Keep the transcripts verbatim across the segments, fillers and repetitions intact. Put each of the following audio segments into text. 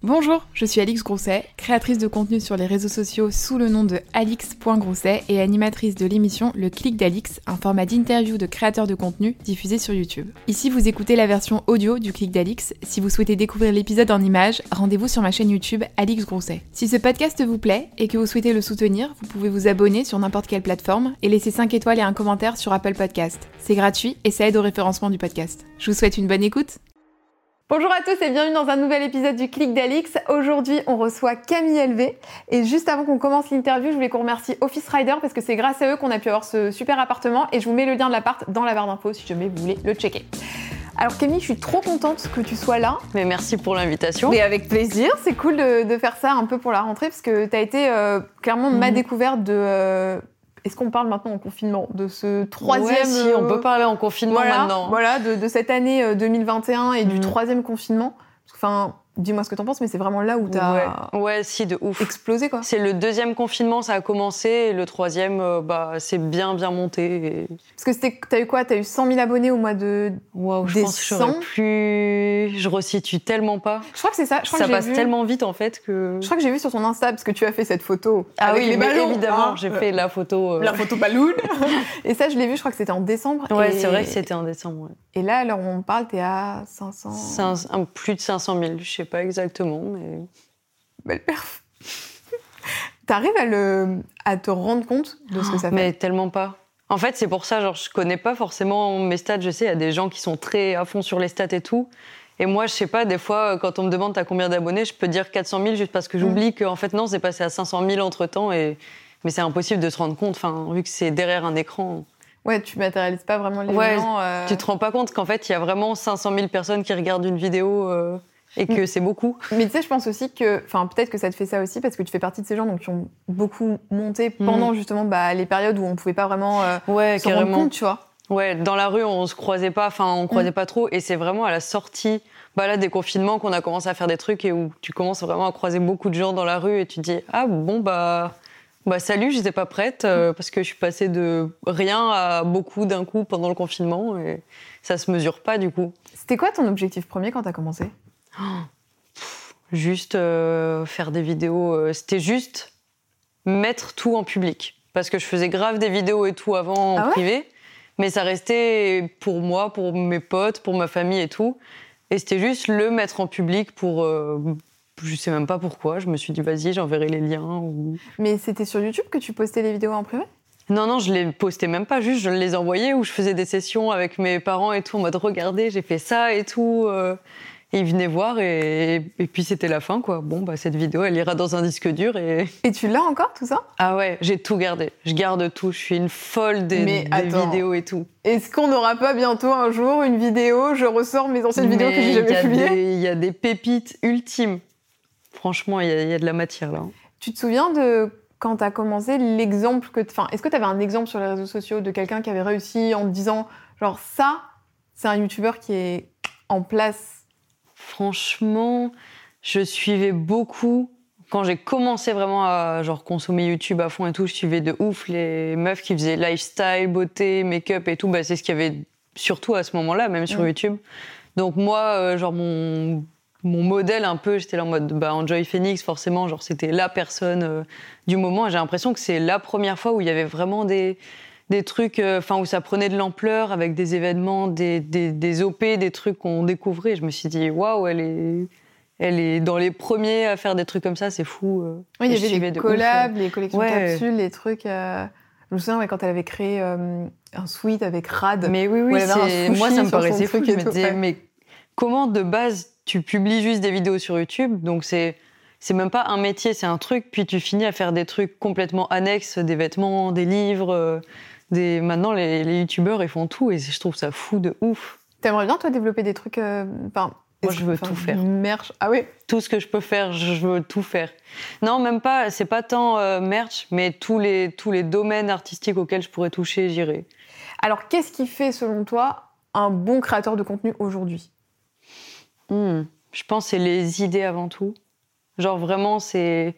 Bonjour, je suis Alix Grousset, créatrice de contenu sur les réseaux sociaux sous le nom de alix point grousset et animatrice de l'émission Le Clic d'Alix, un format d'interview de créateurs de contenu diffusé sur YouTube. Ici, vous écoutez la version audio du Clic d'Alix. Si vous souhaitez découvrir l'épisode en images, rendez-vous sur ma chaîne YouTube Alix Grousset. Si ce podcast vous plaît et que vous souhaitez le soutenir, vous pouvez vous abonner sur n'importe quelle plateforme et laisser cinq étoiles et un commentaire sur Apple Podcast. C'est gratuit et ça aide au référencement du podcast. Je vous souhaite une bonne écoute. Bonjour à tous et bienvenue dans un nouvel épisode du Clic d'Alix. Aujourd'hui, on reçoit Camille Elvé. Et juste avant qu'on commence l'interview, je voulais qu'on remercie Office Rider parce que c'est grâce à eux qu'on a pu avoir ce super appartement. Et je vous mets le lien de l'appart dans la barre d'infos si jamais vous voulez le checker. Alors Camille, je suis trop contente que tu sois là. Mais merci pour l'invitation. Mais avec plaisir, c'est cool de, de faire ça un peu pour la rentrée parce que tu as été euh, clairement mmh. ma découverte de... Euh, Est-ce qu'on parle maintenant en confinement de ce troisième... Ouais, si, on peut parler en confinement voilà, maintenant. Voilà, de, de cette année deux mille vingt et un et mmh. du troisième confinement. Enfin, dis-moi ce que t'en penses, mais c'est vraiment là où t'as... Ouais, ouais si, de ouf. Explosé, quoi. C'est le deuxième confinement, ça a commencé, et le troisième, euh, bah, c'est bien, bien monté. Et... Parce que c'était, t'as eu quoi? T'as eu cent mille abonnés au mois de wow, je décembre. pense que j'aurais plus... Je resitue tellement pas. Je crois que c'est ça. Je crois ça que passe j'ai vu... tellement vite, en fait, que... Je crois que j'ai vu sur ton Insta, parce que tu as fait cette photo ah avec oui, les ballons. évidemment, ah, j'ai fait la photo... Euh... La photo balloon. Et ça, je l'ai vu, je crois que c'était en décembre. Ouais, et... c'est vrai que c'était en décembre, ouais. Et là, alors on parle, t'es à cinq cents... cinq... Plus de cinq cent mille, je sais pas exactement, mais... Belle perf. T'arrives à, le... à te rendre compte de ce que ça fait? Mais tellement pas. En fait, c'est pour ça, genre, je connais pas forcément mes stats. Je sais, il y a des gens qui sont très à fond sur les stats et tout. Et moi, je sais pas, des fois, quand on me demande t'as combien d'abonnés, je peux dire quatre cent mille juste parce que j'oublie mmh. qu'en fait, non, c'est passé à cinq cent mille entre-temps. Et... Mais c'est impossible de se rendre compte, vu que c'est derrière un écran. Ouais, tu matérialises pas vraiment les ouais, gens. Euh... Tu te rends pas compte qu'en fait, il y a vraiment cinq cent mille personnes qui regardent une vidéo euh, et que mmh. c'est beaucoup. Mais tu sais, je pense aussi que... Enfin, peut-être que ça te fait ça aussi parce que tu fais partie de ces gens donc, qui ont beaucoup monté pendant mmh. justement bah, les périodes où on pouvait pas vraiment euh, ouais, se carrément. rendre compte, tu vois. Ouais, dans la rue, on se croisait pas, enfin, on croisait mmh. pas trop. Et c'est vraiment à la sortie bah là, des confinements qu'on a commencé à faire des trucs et où tu commences vraiment à croiser beaucoup de gens dans la rue et tu te dis « Ah bon, bah... » Bah salut, j'étais pas prête euh, parce que je suis passée de rien à beaucoup d'un coup pendant le confinement et ça se mesure pas du coup. C'était quoi ton objectif premier quand t'as commencé? oh, pff, Juste euh, faire des vidéos. Euh, c'était juste mettre tout en public parce que je faisais grave des vidéos et tout avant en ah ouais privé, mais ça restait pour moi, pour mes potes, pour ma famille et tout. Et c'était juste le mettre en public pour... Euh, Je sais même pas pourquoi, je me suis dit vas-y, j'enverrai les liens. Ou... Mais c'était sur YouTube que tu postais les vidéos en privé? Non, non, je les postais même pas, juste je les envoyais où je faisais des sessions avec mes parents et tout, en mode regardez, j'ai fait ça et tout. Euh... Et ils venaient voir et... et puis c'était la fin quoi. Bon, bah cette vidéo elle ira dans un disque dur et. Et tu l'as encore tout ça? Ah ouais, j'ai tout gardé. Je garde tout, je suis une folle des, Mais des attends. vidéos et tout. Est-ce qu'on n'aura pas bientôt un jour une vidéo, je ressors mes anciennes Mais vidéos que j'ai jamais publiées? Il y a des pépites ultimes. Franchement, il y, y a de la matière, là. Tu te souviens de, quand tu as commencé, l'exemple que... Enfin, est-ce que tu avais un exemple sur les réseaux sociaux de quelqu'un qui avait réussi en te disant, genre, ça, c'est un youtubeur qui est en place? Franchement, je suivais beaucoup... Quand j'ai commencé vraiment à genre, consommer YouTube à fond et tout, je suivais de ouf les meufs qui faisaient lifestyle, beauté, make-up et tout. Bah, c'est ce qu'il y avait surtout à ce moment-là, même sur mmh. YouTube. Donc moi, euh, genre, mon... Mon modèle un peu, j'étais là en mode bah, Enjoy Phoenix, forcément, genre c'était la personne euh, du moment. Et j'ai l'impression que c'est la première fois où il y avait vraiment des, des trucs, enfin euh, où ça prenait de l'ampleur avec des événements, des, des, des O P, des trucs qu'on découvrait. Je me suis dit waouh, elle est, elle est dans les premiers à faire des trucs comme ça, c'est fou. Euh, oui, il y avait des collabs, ouf, les collections ouais. capsules, les trucs. Euh... Je me souviens ouais, quand elle avait créé euh, un suite avec Rad. Mais oui, oui, c'est... moi ça me paraissait fou. Je me disais mais comment de base tu publies juste des vidéos sur YouTube, donc c'est, c'est même pas un métier, c'est un truc, puis tu finis à faire des trucs complètement annexes, des vêtements, des livres, euh, des... maintenant les, les youtubeurs ils font tout et je trouve ça fou de ouf. T'aimerais bien toi développer des trucs, euh... enfin, moi je veux tout faire. Merch, ah oui. Tout ce que je peux faire, je veux tout faire. Non, même pas, c'est pas tant euh, merch, mais tous les, tous les domaines artistiques auxquels je pourrais toucher, j'irai. Alors qu'est-ce qui fait selon toi un bon créateur de contenu aujourd'hui? Mmh. Je pense que c'est les idées avant tout. Genre vraiment, c'est...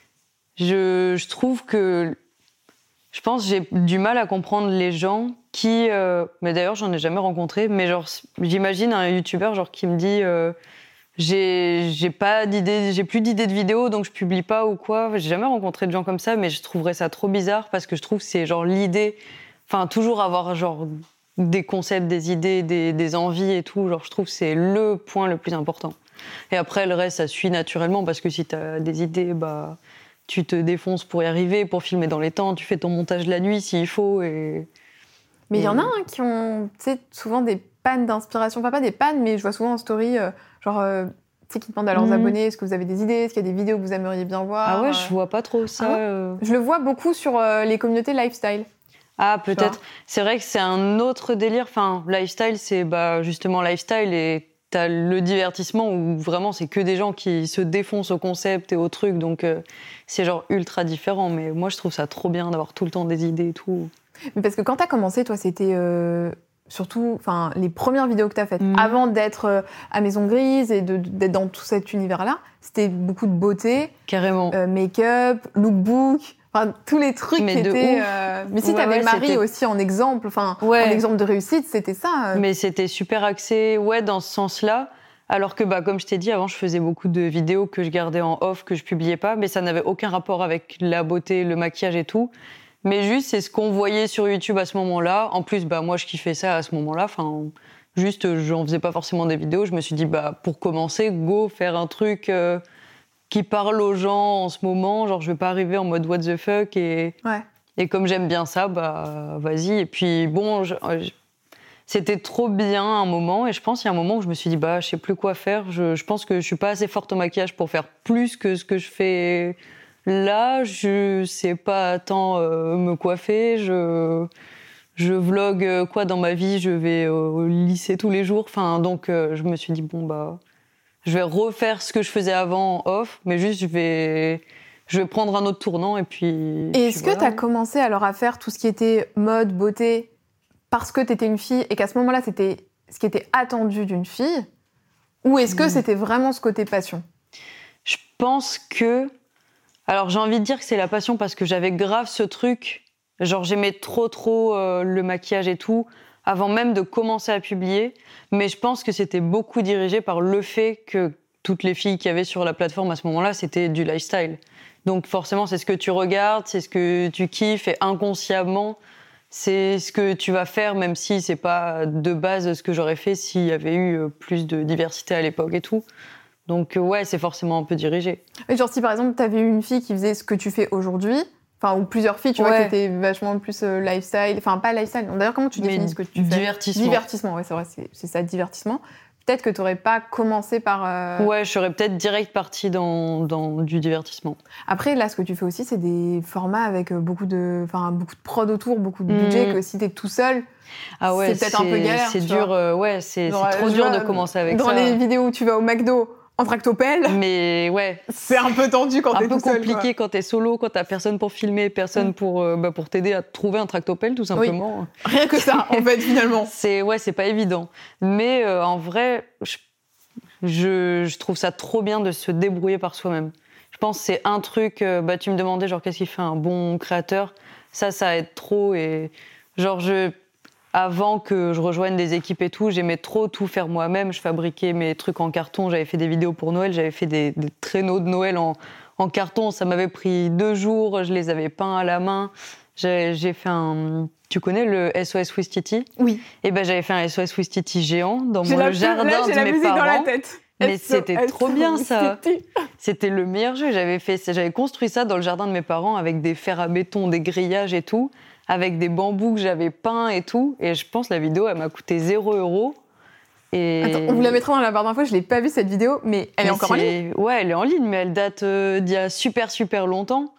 Je, je trouve que... Je pense que j'ai du mal à comprendre les gens qui... Euh... Mais d'ailleurs, j'en ai jamais rencontré. Mais genre, j'imagine un youtubeur genre, qui me dit... Euh... j'ai, j'ai pas d'idée, j'ai plus d'idées de vidéos, donc je publie pas ou quoi. J'ai jamais rencontré de gens comme ça, mais je trouverais ça trop bizarre parce que je trouve que c'est genre l'idée, enfin toujours avoir genre des concepts, des idées, des, des envies et tout. Genre je trouve que c'est le point le plus important. Et après le reste, ça suit naturellement parce que si t'as des idées, bah tu te défonces pour y arriver, pour filmer dans les temps. Tu fais ton montage la nuit s'il faut et. Mais il y en a hein, qui ont, tu sais, souvent des pannes d'inspiration. Enfin, pas des pannes, mais je vois souvent en story, euh, genre, euh, tu sais, qui demandent à leurs mmh. abonnés est-ce que vous avez des idées, est-ce qu'il y a des vidéos que vous aimeriez bien voir. Ah ouais, je vois pas trop ça. Ah ouais euh... Je le vois beaucoup sur euh, les communautés lifestyle. Ah, peut-être. C'est vrai que c'est un autre délire. Enfin, lifestyle, c'est bah, justement lifestyle et t'as le divertissement où vraiment c'est que des gens qui se défoncent au concept et au truc. Donc, euh, c'est genre ultra différent. Mais moi, je trouve ça trop bien d'avoir tout le temps des idées et tout. Mais parce que quand t'as commencé, toi, c'était euh, surtout les premières vidéos que t'as faites. Mmh. Avant d'être euh, à Maison Grise et de, d'être dans tout cet univers-là, c'était beaucoup de beauté. Carrément. Euh, make-up, lookbook, enfin, tous les trucs mais qui de étaient... ouf. Euh... Mais si ouais, t'avais ouais, Marie c'était... aussi en exemple, enfin, ouais. en exemple de réussite, c'était ça. Euh... Mais c'était super axé, ouais, dans ce sens-là. Alors que, bah, comme je t'ai dit, avant, je faisais beaucoup de vidéos que je gardais en off, que je publiais pas, mais ça n'avait aucun rapport avec la beauté, le maquillage et tout. Mais juste, c'est ce qu'on voyait sur YouTube à ce moment-là. En plus, bah, moi, je kiffais ça à ce moment-là. Enfin, juste, j'en faisais pas forcément des vidéos. Je me suis dit, bah, pour commencer, go, faire un truc euh, qui parle aux gens en ce moment. Genre, je vais pas arriver en mode what the fuck. Et, ouais. et comme j'aime bien ça, bah, vas-y. Et puis, bon, je, je, c'était trop bien un moment. Et je pense qu'il y a un moment où je me suis dit, bah, je sais plus quoi faire. Je, je pense que je suis pas assez forte au maquillage pour faire plus que ce que je fais. Là, je sais pas tant euh, me coiffer, je, je vlog euh, quoi dans ma vie, je vais au lycée tous les jours. Enfin, donc, euh, je me suis dit, bon, bah, je vais refaire ce que je faisais avant en off, mais juste, je vais, je vais prendre un autre tournant et puis. Et est-ce puis que voilà. t'as commencé alors à faire tout ce qui était mode, beauté, parce que t'étais une fille et qu'à ce moment-là, c'était ce qui était attendu d'une fille? Ou est-ce que mmh. c'était vraiment ce côté passion? Je pense que. Alors, j'ai envie de dire que c'est la passion parce que j'avais grave ce truc. Genre, j'aimais trop, trop euh, le maquillage et tout, avant même de commencer à publier. Mais je pense que c'était beaucoup dirigé par le fait que toutes les filles qu'il y avait sur la plateforme à ce moment-là, c'était du lifestyle. Donc, forcément, c'est ce que tu regardes, c'est ce que tu kiffes, et inconsciemment, c'est ce que tu vas faire, même si c'est pas de base ce que j'aurais fait s'il y avait eu plus de diversité à l'époque et tout. Donc ouais, c'est forcément un peu dirigé. Et genre si par exemple t'avais eu une fille qui faisait ce que tu fais aujourd'hui, enfin ou plusieurs filles, tu ouais. vois, qui étaient vachement plus euh, lifestyle, enfin pas lifestyle. D'ailleurs comment tu définis Mais ce que tu fais? Divertissement. Divertissement, ouais c'est vrai, c'est, c'est ça, divertissement. Peut-être que t'aurais pas commencé par. Euh... Ouais, je serais peut-être direct partie dans dans du divertissement. Après là, ce que tu fais aussi, c'est des formats avec beaucoup de, enfin beaucoup de prod autour, beaucoup de budget mmh. que si t'es tout seul. Ah ouais, c'est peut-être c'est, un peu galère. C'est dur, euh, ouais, c'est, genre, c'est trop dur vois, de commencer avec dans ça. Dans les vidéos où tu vas au McDo. En tractopelle. Mais ouais. C'est un peu tendu quand t'es tout seul. Un peu compliqué quand t'es solo, quand t'as personne pour filmer, personne mmh. pour, euh, bah, pour t'aider à trouver un tractopelle, tout simplement. Oui. Rien que ça, en fait, finalement. C'est, ouais, c'est pas évident. Mais euh, en vrai, je, je, je trouve ça trop bien de se débrouiller par soi-même. Je pense que c'est un truc, euh, bah, tu me demandais, genre, qu'est-ce qui fait un bon créateur? Ça, ça aide trop. Et genre, je... Avant que je rejoigne des équipes et tout, j'aimais trop tout faire moi-même. Je fabriquais mes trucs en carton. J'avais fait des vidéos pour Noël. J'avais fait des, des traîneaux de Noël en, en carton. Ça m'avait pris deux jours. Je les avais peints à la main. J'ai, j'ai fait un... Tu connais le S O S Ouistiti? Oui. Et ben j'avais fait un S O S Ouistiti géant dans j'ai mon la jardin là, j'ai de la mes musique parents. Dans la tête. Mais c'était trop bien ça. C'était le meilleur jeu. J'avais fait, j'avais construit ça dans le jardin de mes parents avec des fers à béton, des grillages et tout, avec des bambous que j'avais peints et tout. Et je pense que la vidéo, elle m'a coûté zéro euro. Et... Attends, on vous la mettra dans la barre d'infos. Je l'ai pas vue cette vidéo, mais elle mais est encore c'est... en ligne. Ouais, elle est en ligne, mais elle date euh, d'il y a super super longtemps.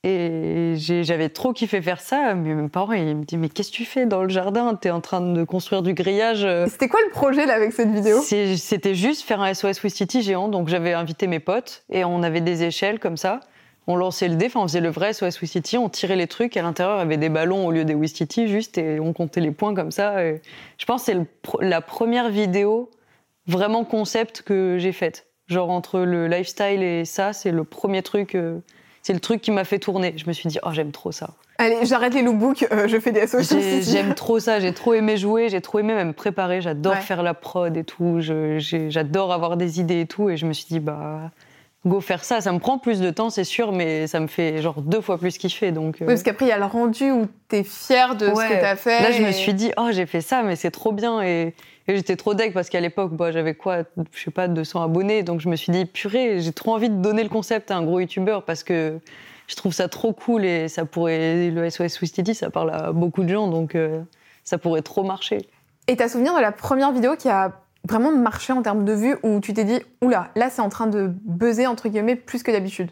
Et j'ai, j'avais trop kiffé faire ça. Mais mes parents, ils me disent, mais qu'est-ce que tu fais dans le jardin? T'es en train de construire du grillage. C'était quoi le projet là avec cette vidéo? C'est, C'était juste faire un S O S Ouistiti géant. Donc j'avais invité mes potes et on avait des échelles comme ça. On lançait le dé, enfin on faisait le vrai S O S Ouistiti, on tirait les trucs. À l'intérieur, il y avait des ballons au lieu des Ouistiti juste et on comptait les points comme ça. Et je pense que c'est le, la première vidéo vraiment concept que j'ai faite. Genre entre le lifestyle et ça, c'est le premier truc... Euh, c'est le truc qui m'a fait tourner. Je me suis dit, oh, j'aime trop ça. Allez, j'arrête les lookbooks, euh, je fais des associations. J'ai, j'aime trop ça, j'ai trop aimé jouer, j'ai trop aimé même préparer, j'adore ouais. faire la prod et tout, je, j'ai, j'adore avoir des idées et tout, et je me suis dit, bah, go faire ça. Ça me prend plus de temps, c'est sûr, mais ça me fait genre deux fois plus kiffer. Donc, euh... Oui, parce qu'après, il y a le rendu où t'es fière de ouais. ce que t'as fait. Là, je et... me suis dit, oh, j'ai fait ça, mais c'est trop bien, et, et j'étais trop deg, parce qu'à l'époque, bah, j'avais quoi, je sais pas, deux cents abonnés, donc je me suis dit, purée, j'ai trop envie de donner le concept à un gros youtubeur, parce que je trouve ça trop cool et ça pourrait. Le S O S Swistity, ça parle à beaucoup de gens, donc euh, ça pourrait trop marcher. Et t'as souvenir de la première vidéo qui a vraiment marché en termes de vues où tu t'es dit, oula, là c'est en train de buzzer entre guillemets plus que d'habitude?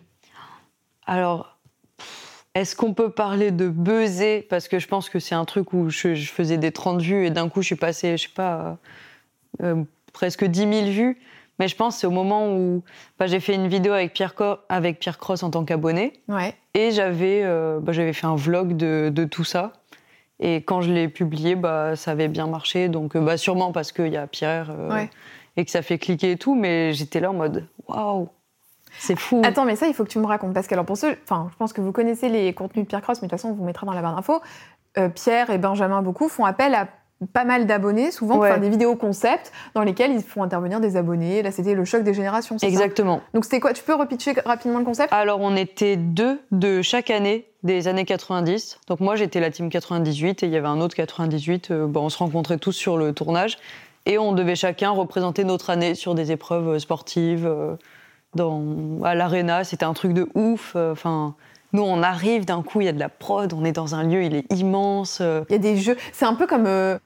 Alors, est-ce qu'on peut parler de buzzer? Parce que je pense que c'est un truc où je, je faisais des trente vues et d'un coup je suis passée, je sais pas, euh, presque dix mille vues. Mais je pense que c'est au moment où bah, j'ai fait une vidéo avec Pierre, Co- avec Pierre Cross en tant qu'abonné. Ouais. Et j'avais, euh, bah, j'avais fait un vlog de, de tout ça. Et quand je l'ai publié, bah, ça avait bien marché. Donc bah, sûrement parce qu'il y a Pierre euh, ouais. et que ça fait cliquer et tout. Mais j'étais là en mode waouh, c'est fou. Attends, mais ça, il faut que tu me racontes. Parce que alors, pour ceux, enfin, je pense que vous connaissez les contenus de Pierre Cross, mais de toute façon, on vous mettra dans la barre d'infos. Euh, Pierre et Benjamin, beaucoup, font appel à pas mal d'abonnés, souvent pour ouais. faire des vidéos concept dans lesquelles ils font intervenir des abonnés. Là, c'était le choc des générations, c'est Exactement. ça? Donc, c'était quoi? Tu peux repitcher rapidement le concept? Alors, on était deux de chaque année des années quatre-vingt-dix. Donc, moi, j'étais la team quatre-vingt-dix-huit et il y avait un autre quatre-vingt-dix-huit. Euh, bon, on se rencontrait tous sur le tournage et on devait chacun représenter notre année sur des épreuves sportives. Euh, dans, à l'Arena, c'était un truc de ouf. Enfin... Euh, Nous, on arrive, d'un coup, il y a de la prod, on est dans un lieu, il est immense. Il y a des jeux, c'est un peu comme euh,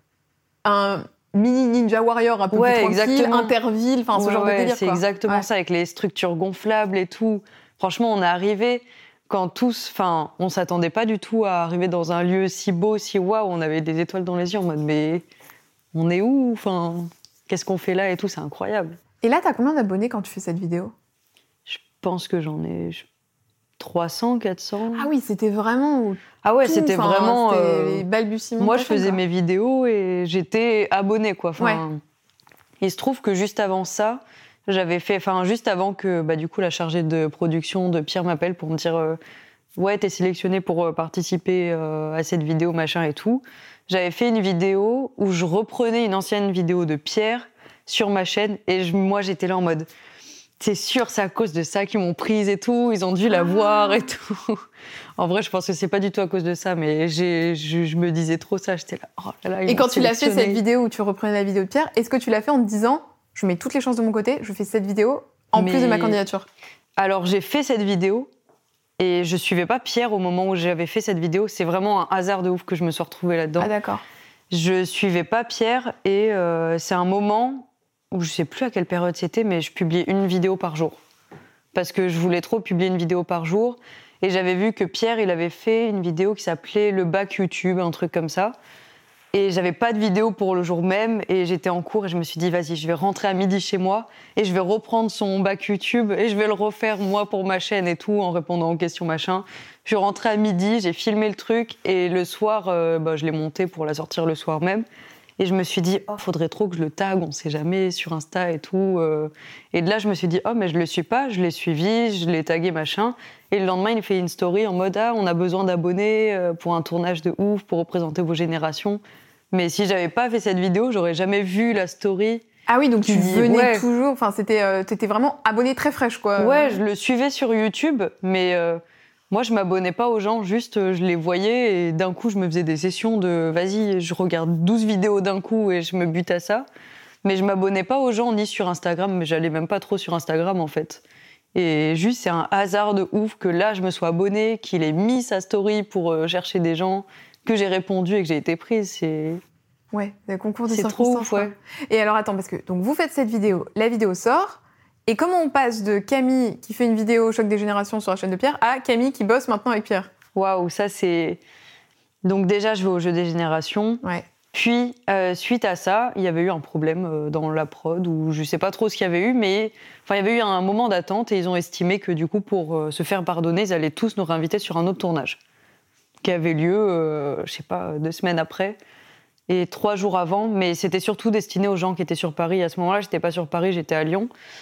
un mini Ninja Warrior, un peu ouais, plus tranquille, exactement. Interville, enfin ce ouais, genre ouais, de délire. C'est quoi. exactement ouais. ça, avec les structures gonflables et tout. Franchement, on est arrivé quand tous, enfin, on s'attendait pas du tout à arriver dans un lieu si beau, si waouh, on avait des étoiles dans les yeux en mode, mais on est où? Enfin, qu'est-ce qu'on fait là et tout, c'est incroyable. Et là, t'as combien d'abonnés quand tu fais cette vidéo? Je pense que j'en ai... Je... trois cents, quatre cents. Ah oui, c'était vraiment... Ah ouais, tout, c'était vraiment... C'était euh... les balbutiements. Moi, je faisais quoi. mes vidéos et j'étais abonnée, quoi. Enfin, ouais. Il se trouve que juste avant ça, j'avais fait... Enfin, juste avant que, bah, du coup, la chargée de production de Pierre m'appelle pour me dire euh, « Ouais, t'es sélectionnée pour euh, participer euh, à cette vidéo, machin et tout », j'avais fait une vidéo où je reprenais une ancienne vidéo de Pierre sur ma chaîne et je, moi, j'étais là en mode... C'est sûr, c'est à cause de ça qu'ils m'ont prise et tout. Ils ont dû la ah. voir et tout. En vrai, je pense que c'est pas du tout à cause de ça, mais j'ai, je, je me disais trop ça. J'étais là, oh là là. Et quand tu l'as fait, cette vidéo où tu reprenais la vidéo de Pierre, est-ce que tu l'as fait en te disant, je mets toutes les chances de mon côté, je fais cette vidéo en mais... plus de ma candidature? Alors, j'ai fait cette vidéo et je suivais pas Pierre au moment où j'avais fait cette vidéo. C'est vraiment un hasard de ouf que je me suis retrouvée là-dedans. Ah d'accord. Je suivais pas Pierre et euh, c'est un moment... où je sais plus à quelle période c'était, mais je publiais une vidéo par jour. Parce que je voulais trop publier une vidéo par jour. Et j'avais vu que Pierre, il avait fait une vidéo qui s'appelait Le Bac YouTube, un truc comme ça. Et j'avais pas de vidéo pour le jour même. Et j'étais en cours et je me suis dit, vas-y, je vais rentrer à midi chez moi et je vais reprendre son bac YouTube et je vais le refaire moi pour ma chaîne et tout, en répondant aux questions machin. Je suis rentrée à midi, j'ai filmé le truc et le soir, euh, bah, je l'ai monté pour la sortir le soir même. Et je me suis dit, oh, faudrait trop que je le tag, on sait jamais, sur Insta et tout. Et de là, je me suis dit, oh, mais je le suis pas, je l'ai suivi, je l'ai tagué, machin. Et le lendemain, il fait une story en mode, ah, on a besoin d'abonnés pour un tournage de ouf, pour représenter vos générations. Mais si j'avais pas fait cette vidéo, j'aurais jamais vu la story. Ah oui, donc tu dit, venais ouais. toujours, enfin, c'était, euh, t'étais vraiment abonnée très fraîche, quoi. Ouais, je le suivais sur YouTube, mais... Euh, Moi, je m'abonnais pas aux gens, juste je les voyais et d'un coup, je me faisais des sessions de « vas-y, je regarde douze vidéos d'un coup et je me bute à ça ». Mais je m'abonnais pas aux gens ni sur Instagram, mais j'allais même pas trop sur Instagram en fait. Et juste, c'est un hasard de ouf que là, je me sois abonnée, qu'il ait mis sa story pour chercher des gens, que j'ai répondu et que j'ai été prise. C'est... Ouais, le concours de c'est circonstances. trop ouf, ouais. Et alors, attends, parce que donc, vous faites cette vidéo, la vidéo sort... Et comment on passe de Camille qui fait une vidéo au choc des générations sur la chaîne de Pierre à Camille qui bosse maintenant avec Pierre? Waouh, ça c'est... Donc déjà, je vais au jeu des générations. Ouais. Puis, euh, suite à ça, il y avait eu un problème euh, dans la prod où je sais pas trop ce qu'il y avait eu, mais enfin, il y avait eu un moment d'attente et ils ont estimé que du coup, pour euh, se faire pardonner, ils allaient tous nous réinviter sur un autre tournage qui avait lieu, euh, je sais pas, deux semaines après et trois jours avant. Mais c'était surtout destiné aux gens qui étaient sur Paris. À ce moment-là, j'étais pas sur Paris, j'étais à Lyon.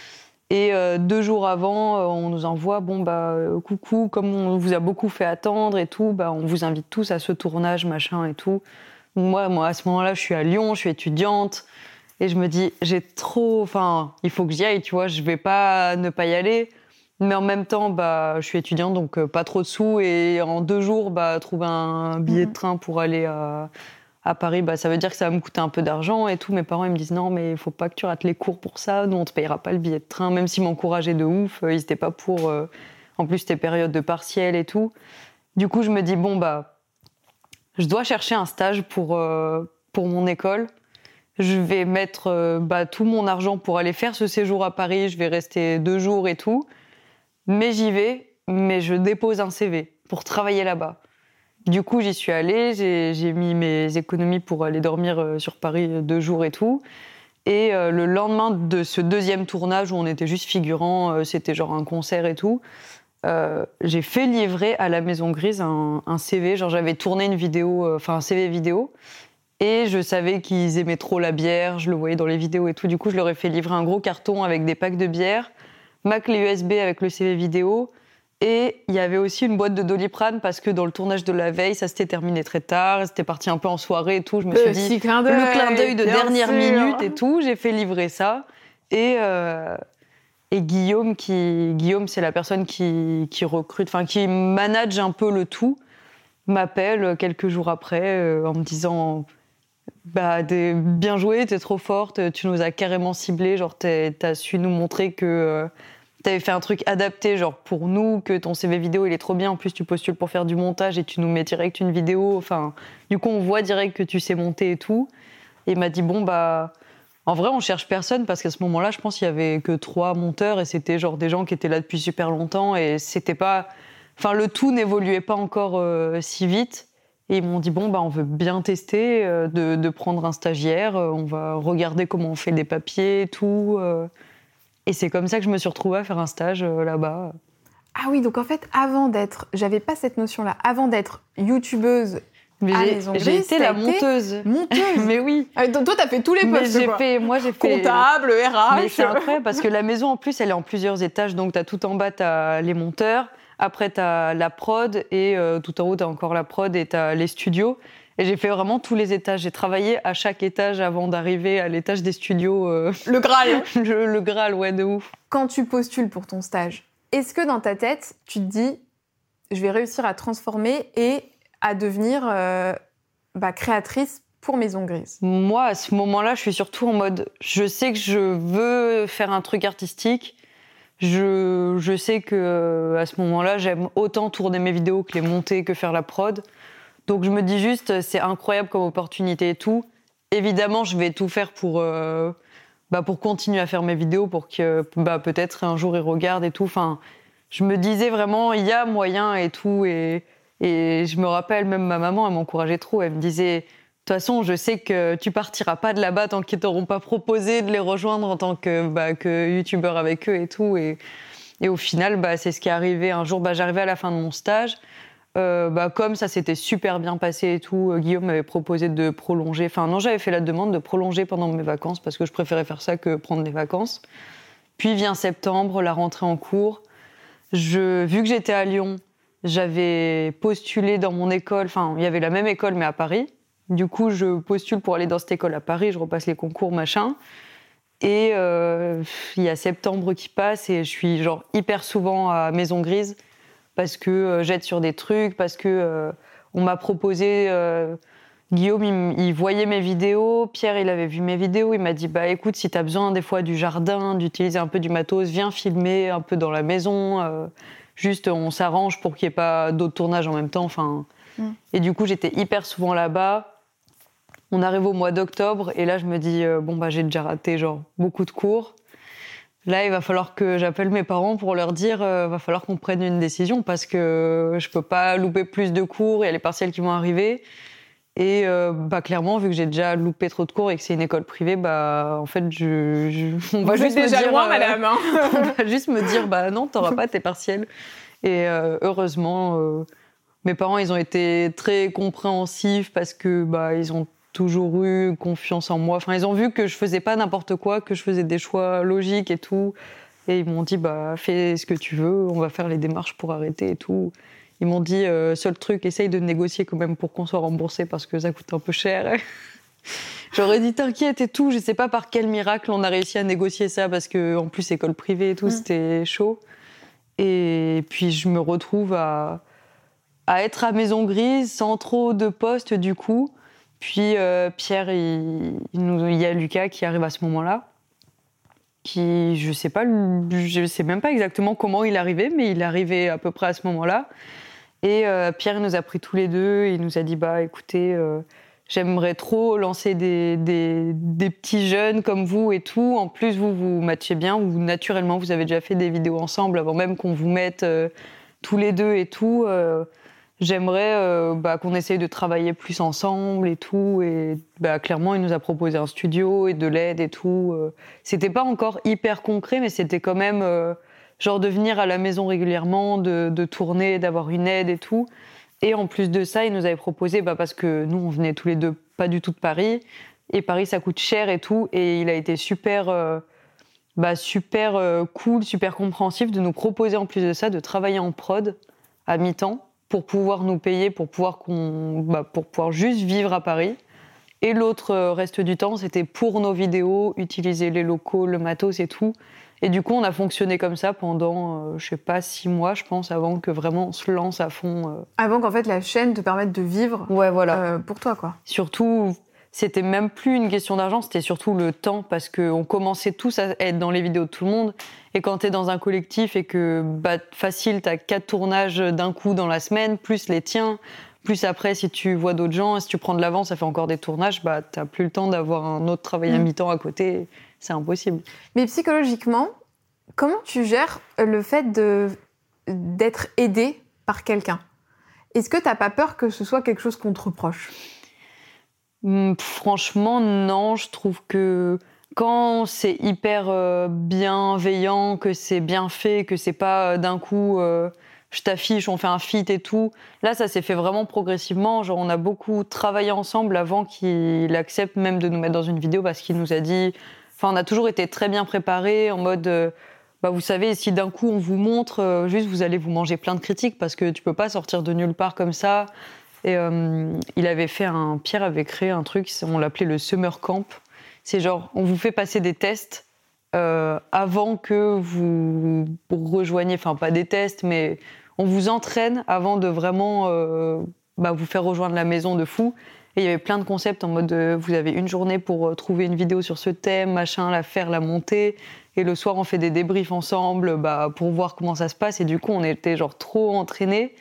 Et euh, deux jours avant, euh, on nous envoie, bon bah euh, coucou, comme on vous a beaucoup fait attendre et tout, bah on vous invite tous à ce tournage, machin et tout. Moi, moi à ce moment-là, je suis à Lyon, je suis étudiante, et je me dis, j'ai trop, enfin, il faut que j'y aille, tu vois, je vais pas ne pas y aller. Mais en même temps, bah, je suis étudiante, donc euh, pas trop de sous, et en deux jours, bah, trouver un billet de train pour aller à À Paris, bah, ça veut dire que ça va me coûter un peu d'argent et tout. Mes parents, ils me disent non, mais il faut pas que tu rates les cours pour ça. Nous, on te payera pas le billet de train, même s'ils m'encourageaient de ouf. Ils étaient pas pour. Euh... En plus, c'était période de partiel et tout. Du coup, je me dis bon, bah, je dois chercher un stage pour, euh, pour mon école. Je vais mettre euh, bah, tout mon argent pour aller faire ce séjour à Paris. Je vais rester deux jours et tout. Mais j'y vais, mais je dépose un C V pour travailler là-bas. Du coup, j'y suis allée, j'ai, j'ai mis mes économies pour aller dormir euh, sur Paris deux jours et tout. Et euh, le lendemain de ce deuxième tournage où on était juste figurants, euh, c'était genre un concert et tout, euh, j'ai fait livrer à la Maison Grise un, un C V. Genre, j'avais tourné une vidéo, enfin euh, un C V vidéo, et je savais qu'ils aimaient trop la bière, je le voyais dans les vidéos et tout. Du coup, je leur ai fait livrer un gros carton avec des packs de bière, ma clé U S B avec le C V vidéo. Et il y avait aussi une boîte de Doliprane parce que dans le tournage de la veille, ça s'était terminé très tard, c'était parti un peu en soirée et tout. Je me suis Petit dit, clin le clin d'œil de bien dernière sûr. minute et tout, j'ai fait livrer ça. Et, euh, et Guillaume, qui, Guillaume, c'est la personne qui, qui recrute, enfin qui manage un peu le tout, m'appelle quelques jours après euh, en me disant bah, t'es bien joué, t'es trop forte, tu nous as carrément ciblés, genre t'es, t'as su nous montrer que euh, t'avais fait un truc adapté genre pour nous, que ton C V vidéo il est trop bien, en plus tu postules pour faire du montage et tu nous mets direct une vidéo, enfin du coup on voit direct que tu sais monter et tout. Et il m'a dit bon bah en vrai on cherche personne parce qu'à ce moment-là je pense qu'il y avait que trois monteurs et c'était genre des gens qui étaient là depuis super longtemps et c'était pas, enfin le tout n'évoluait pas encore euh, si vite. Et ils m'ont dit bon bah on veut bien tester euh, de, de prendre un stagiaire, euh, on va regarder comment on fait des papiers et tout. Euh, et c'est comme ça que je me suis retrouvée à faire un stage euh, là-bas. Ah oui, donc en fait, avant d'être... J'avais pas cette notion-là. Avant d'être youtubeuse Mais à j'ai, Maison Grise, j'ai été la monteuse. Monteuse. Mais oui. Ah, donc toi, t'as fait tous les Mais postes, j'ai quoi. fait, moi j'ai fait... Comptable, R H... Mais c'est incroyable parce que la maison en plus elle est en plusieurs étages, donc t'as tout en bas t'as les monteurs, après t'as la prod et euh, tout en haut t'as encore la prod et t'as les studios. Et j'ai fait vraiment tous les étages. J'ai travaillé à chaque étage avant d'arriver à l'étage des studios. Euh... Le Graal. le, le Graal, ouais, de ouf. Quand tu postules pour ton stage, est-ce que dans ta tête, tu te dis « je vais réussir à transformer et à devenir euh, bah, créatrice pour Maison Grise » ? Moi, à ce moment-là, je suis surtout en mode « je sais que je veux faire un truc artistique ». Je, je sais que à ce moment-là, j'aime autant tourner mes vidéos que les monter, que faire la prod. Donc je me dis juste, c'est incroyable comme opportunité et tout. Évidemment, je vais tout faire pour, euh, bah, pour continuer à faire mes vidéos, pour que bah, peut-être un jour ils regardent et tout. Enfin, je me disais vraiment, il y a moyen et tout. Et, et je me rappelle, même ma maman, elle m'encourageait trop. Elle me disait, de toute façon, je sais que tu partiras pas de là-bas tant qu'ils t'auront pas proposé de les rejoindre en tant que, bah, que youtubeur avec eux et tout. Et, et au final, bah, c'est ce qui est arrivé. Un jour, bah, j'arrivais à la fin de mon stage. Euh, bah, comme ça s'était super bien passé et tout, euh, Guillaume m'avait proposé de prolonger. Enfin, non, j'avais fait la demande de prolonger pendant mes vacances parce que je préférais faire ça que prendre des vacances. Puis vient septembre, la rentrée en cours. Je, vu que j'étais à Lyon, j'avais postulé dans mon école. Enfin, il y avait la même école, mais à Paris. Du coup, je postule pour aller dans cette école à Paris. Je repasse les concours, machin. Et euh, il y a septembre qui passe et je suis genre hyper souvent à Maison Grise. Parce que euh, j'aide sur des trucs, parce que euh, on m'a proposé... Euh, Guillaume, il, il voyait mes vidéos, Pierre, il avait vu mes vidéos, il m'a dit, bah écoute, si t'as besoin des fois du jardin, d'utiliser un peu du matos, viens filmer un peu dans la maison, euh, juste on s'arrange pour qu'il n'y ait pas d'autres tournages en même temps, enfin... Mm. Et du coup, j'étais hyper souvent là-bas. On arrive au mois d'octobre, et là, je me dis, euh, bon, bah j'ai déjà raté genre beaucoup de cours. Là, il va falloir que j'appelle mes parents pour leur dire euh, va falloir qu'on prenne une décision parce que je peux pas louper plus de cours, il y a les partiels qui vont arriver. Et euh, bah, clairement, vu que j'ai déjà loupé trop de cours et que c'est une école privée, bah, en fait, je, je, on va Vous juste êtes me déjà dire, loin, euh, madame. Hein. on va juste me dire bah non, t'auras pas tes partiels. Et euh, heureusement, euh, mes parents, ils ont été très compréhensifs parce que bah, ils ont toujours eu confiance en moi. Enfin, ils ont vu que je faisais pas n'importe quoi, que je faisais des choix logiques et tout. Et ils m'ont dit, bah, fais ce que tu veux, on va faire les démarches pour arrêter et tout. Ils m'ont dit, euh, seul truc, essaye de négocier quand même pour qu'on soit remboursé parce que ça coûte un peu cher. J'aurais dit, t'inquiète et tout. Je sais pas par quel miracle on a réussi à négocier ça parce que, en plus, école privée et tout, mmh. c'était chaud. Et puis, je me retrouve à, à être à Maison Grise sans trop de postes, du coup. Puis, euh, Pierre, il, il, nous, il y a Lucas qui arrive à ce moment-là. Qui, je sais pas, je sais même pas exactement comment il est arrivé, mais il est arrivé à peu près à ce moment-là. Et euh, Pierre, il nous a pris tous les deux, il nous a dit, bah écoutez, euh, j'aimerais trop lancer des, des, des petits jeunes comme vous et tout. En plus, vous, vous matchez bien, vous, naturellement, vous avez déjà fait des vidéos ensemble avant même qu'on vous mette euh, tous les deux et tout. Euh, J'aimerais euh, bah, qu'on essaye de travailler plus ensemble et tout. Et bah, clairement, il nous a proposé un studio et de l'aide et tout. Euh, c'était pas encore hyper concret, mais c'était quand même euh, genre de venir à la maison régulièrement, de, de tourner, d'avoir une aide et tout. Et en plus de ça, il nous avait proposé, bah, parce que nous, on venait tous les deux pas du tout de Paris. Et Paris, ça coûte cher et tout. Et il a été super, euh, bah, super euh, cool, super compréhensif de nous proposer en plus de ça de travailler en prod à mi-temps, pour pouvoir nous payer, pour pouvoir, qu'on, bah, pour pouvoir juste vivre à Paris. Et l'autre reste du temps, c'était pour nos vidéos, utiliser les locaux, le matos et tout. Et du coup, on a fonctionné comme ça pendant, euh, je sais pas, six mois, je pense, avant que vraiment on se lance à fond. Euh... Avant qu'en fait la chaîne te permette de vivre ouais, voilà. euh, pour toi, quoi. Surtout, c'était même plus une question d'argent, c'était surtout le temps, parce qu'on commençait tous à être dans les vidéos de tout le monde. Et quand t'es dans un collectif et que, bah, facile, t'as quatre tournages d'un coup dans la semaine, plus les tiens, plus après, si tu vois d'autres gens, si tu prends de l'avance, ça fait encore des tournages, bah, t'as plus le temps d'avoir un autre travail mmh. à mi-temps à côté. C'est impossible. Mais psychologiquement, comment tu gères le fait de, d'être aidé par quelqu'un ? Est-ce que t'as pas peur que ce soit quelque chose qu'on te reproche ? Franchement, non. Je trouve que quand c'est hyper euh, bienveillant, que c'est bien fait, que c'est pas euh, d'un coup euh, je t'affiche, on fait un feat et tout. Là, ça s'est fait vraiment progressivement. Genre, on a beaucoup travaillé ensemble avant qu'il accepte même de nous mettre dans une vidéo parce qu'il nous a dit. Enfin, on a toujours été très bien préparés en mode. Euh, bah, vous savez, si d'un coup on vous montre, euh, juste vous allez vous manger plein de critiques parce que tu peux pas sortir de nulle part comme ça. Et euh, il avait fait un, Pierre avait créé un truc, on l'appelait le Summer Camp. C'est genre, on vous fait passer des tests euh, avant que vous, vous rejoigniez, enfin pas des tests, mais on vous entraîne avant de vraiment euh, bah, vous faire rejoindre la maison de fou. Et il y avait plein de concepts en mode, euh, vous avez une journée pour trouver une vidéo sur ce thème, machin, la faire, la monter. Et le soir, on fait des débriefs ensemble bah, pour voir comment ça se passe. Et du coup, on était genre trop entraînés.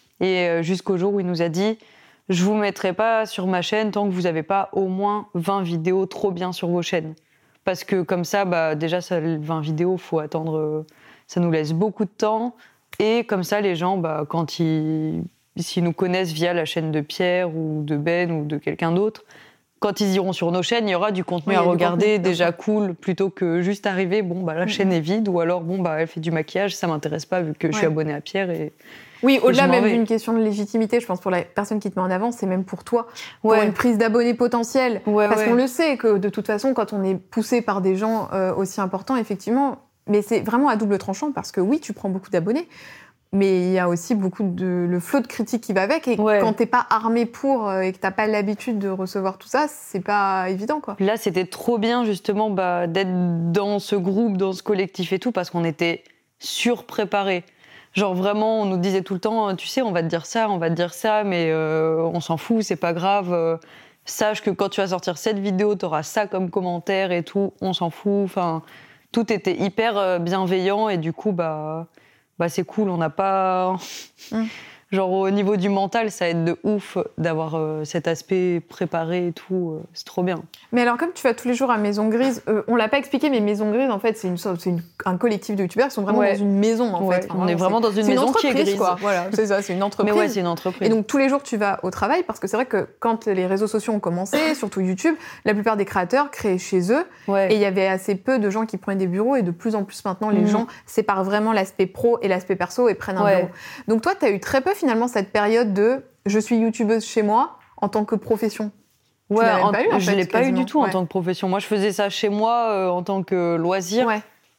Et jusqu'au jour où il nous a dit « Je vous mettrai pas sur ma chaîne tant que vous n'avez pas au moins vingt vidéos trop bien sur vos chaînes. » Parce que comme ça, bah, déjà, ça, vingt vidéos, il faut attendre... Ça nous laisse beaucoup de temps. Et comme ça, les gens, bah, quand ils, s'ils nous connaissent via la chaîne de Pierre ou de Ben ou de quelqu'un d'autre, quand ils iront sur nos chaînes, il y aura du contenu oui, à regarder, contenu, déjà cool, plutôt que juste arriver, bon, bah, la mmh. chaîne est vide, ou alors, bon, bah, elle fait du maquillage, ça m'intéresse pas vu que ouais. je suis abonnée à Pierre et... Oui, au-delà même d'une question de légitimité, je pense pour la personne qui te met en avant, c'est même pour toi, ouais. pour une prise d'abonnés potentielle. Ouais, parce ouais. qu'on le sait que de toute façon, quand on est poussé par des gens euh, aussi importants, effectivement, mais c'est vraiment à double tranchant parce que oui, tu prends beaucoup d'abonnés, mais il y a aussi beaucoup de le flot de critiques qui va avec et ouais. quand t'es pas armé pour euh, et que t'as pas l'habitude de recevoir tout ça, c'est pas évident, quoi. Là, c'était trop bien justement bah, d'être dans ce groupe, dans ce collectif et tout, parce qu'on était surpréparés. Genre vraiment, on nous disait tout le temps, tu sais, on va te dire ça, on va te dire ça, mais euh, on s'en fout, c'est pas grave. Euh, sache que quand tu vas sortir cette vidéo, t'auras ça comme commentaire et tout, on s'en fout. Enfin, tout était hyper bienveillant et du coup, bah, bah c'est cool. On n'a pas, mmh. genre au niveau du mental, ça aide de ouf d'avoir euh, cet aspect préparé et tout. Euh, c'est trop bien. Mais alors, comme tu vas tous les jours à Maison Grise, euh, on l'a pas expliqué, mais Maison Grise, en fait, c'est, une, c'est une, un collectif de youtubeurs qui sont vraiment ouais. dans une maison, en ouais. fait. Enfin, on est vraiment dans une c'est maison une qui est grise. Quoi. Voilà, c'est ça, c'est une entreprise. Mais ouais, c'est une entreprise. Et donc, tous les jours, tu vas au travail, parce que c'est vrai que quand les réseaux sociaux ont commencé, surtout YouTube, la plupart des créateurs créaient chez eux. Ouais. Et il y avait assez peu de gens qui prenaient des bureaux. Et de plus en plus, maintenant, les mmh. gens séparent vraiment l'aspect pro et l'aspect perso et prennent un ouais. bureau. Donc, toi, tu as eu très peu, finalement, cette période de je suis youtubeuse chez moi en tant que profession. Ouais, tu l'as même en, pas eu, en je fait, l'ai pas quasiment. eu du tout ouais. en tant que profession. Moi, je faisais ça chez moi euh, en tant que loisir. Ouais.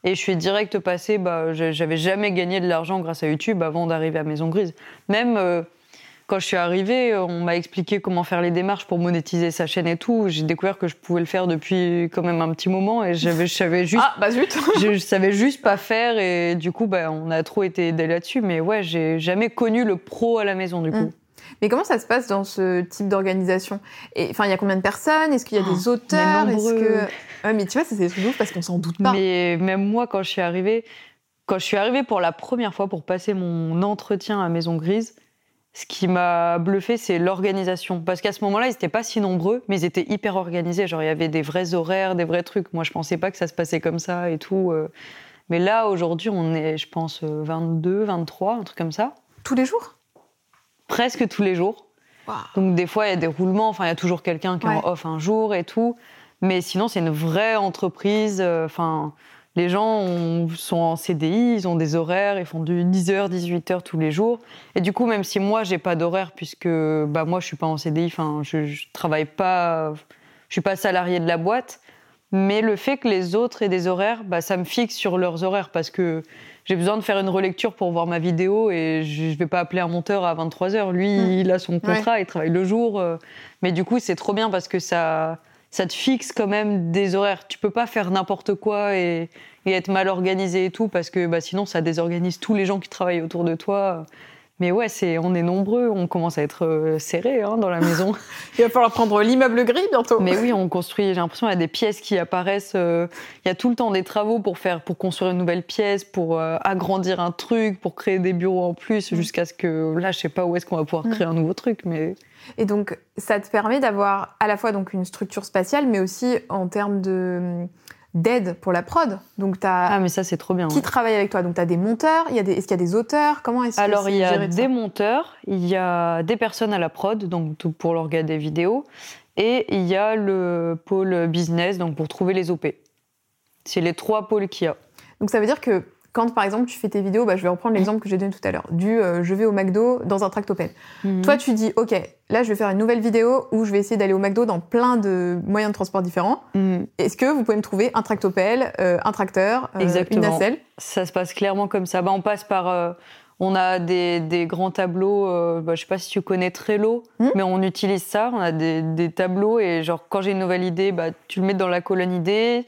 Et je suis direct passée, bah, j'avais jamais gagné de l'argent grâce à YouTube avant d'arriver à Maison Grise. Même euh, quand je suis arrivée, on m'a expliqué comment faire les démarches pour monétiser sa chaîne et tout. J'ai découvert que je pouvais le faire depuis quand même un petit moment et j'avais, je savais juste, ah bah zut, je, je savais juste pas faire et du coup, bah, on a trop été aidés là-dessus. Mais ouais, j'ai jamais connu le pro à la maison du coup. Mmh. Mais comment ça se passe dans ce type d'organisation ? Enfin, il y a combien de personnes ? Est-ce qu'il y a des auteurs ? Est-ce que... Ouais, mais tu vois, c'est des trucs de ouf parce qu'on s'en doute pas. Mais même moi, quand je suis arrivée, quand je suis arrivée pour la première fois pour passer mon entretien à Maison Grise, ce qui m'a bluffée, c'est l'organisation. Parce qu'à ce moment-là, ils n'étaient pas si nombreux, mais ils étaient hyper organisés. Genre, il y avait des vrais horaires, des vrais trucs. Moi, je pensais pas que ça se passait comme ça et tout. Mais là, aujourd'hui, on est, je pense, vingt-deux, vingt-trois, un truc comme ça. Tous les jours ? Presque tous les jours. Wow. Donc des fois, il y a des roulements. Enfin, il y a toujours quelqu'un qui est ouais. en off un jour et tout. Mais sinon, c'est une vraie entreprise. Enfin, les gens ont, sont en C D I, ils ont des horaires, ils font du dix heures, dix-huit heures tous les jours. Et du coup, même si moi, j'ai pas d'horaire, puisque bah, moi, je suis pas en C D I, enfin, je, je travaille pas, je suis pas salariée de la boîte. Mais le fait que les autres aient des horaires, bah, ça me fixe sur leurs horaires parce que j'ai besoin de faire une relecture pour voir ma vidéo et je ne vais pas appeler un monteur à vingt-trois heures. Lui, mmh. il a son contrat, ouais. il travaille le jour. Mais du coup, c'est trop bien parce que ça, ça te fixe quand même des horaires. Tu ne peux pas faire n'importe quoi et, et être mal organisé et tout parce que bah, sinon, ça désorganise tous les gens qui travaillent autour de toi. Mais ouais, c'est, on est nombreux, on commence à être euh, serrés hein, dans la maison. Il va falloir prendre l'immeuble gris bientôt. Mais oui, on construit, j'ai l'impression qu'il y a des pièces qui apparaissent. Euh, il y a tout le temps des travaux pour, faire, pour construire une nouvelle pièce, pour euh, agrandir un truc, pour créer des bureaux en plus, mmh. jusqu'à ce que, là, je sais pas où est-ce qu'on va pouvoir créer mmh. un nouveau truc. Mais... Et donc, ça te permet d'avoir à la fois donc, une structure spatiale, mais aussi en termes de... d'aide pour la prod. Donc t'as ah mais ça c'est trop bien. Qui ouais. travaille avec toi ? Donc t'as des monteurs, il y a des est-ce qu'il y a des auteurs ? Comment est-ce Alors que il y a des monteurs, il y a des personnes à la prod donc pour l'orga des vidéos et il y a le pôle business donc pour trouver les O P. C'est les trois pôles qu'il y a. Donc ça veut dire que quand, par exemple, tu fais tes vidéos, bah, je vais reprendre l'exemple que j'ai donné tout à l'heure, du euh, je vais au McDo dans un tractopelle. Mm-hmm. Toi, tu dis, OK, là, je vais faire une nouvelle vidéo où je vais essayer d'aller au McDo dans plein de moyens de transport différents. Mm-hmm. Est-ce que vous pouvez me trouver un tractopelle, euh, un tracteur, euh, une nacelle ? Ça se passe clairement comme ça. Bah, on passe par... Euh, on a des, des grands tableaux, euh, bah, je sais pas si tu connais Trello, mm-hmm. mais on utilise ça. On a des, des tableaux et genre, quand j'ai une nouvelle idée, bah, tu le mets dans la colonne idée.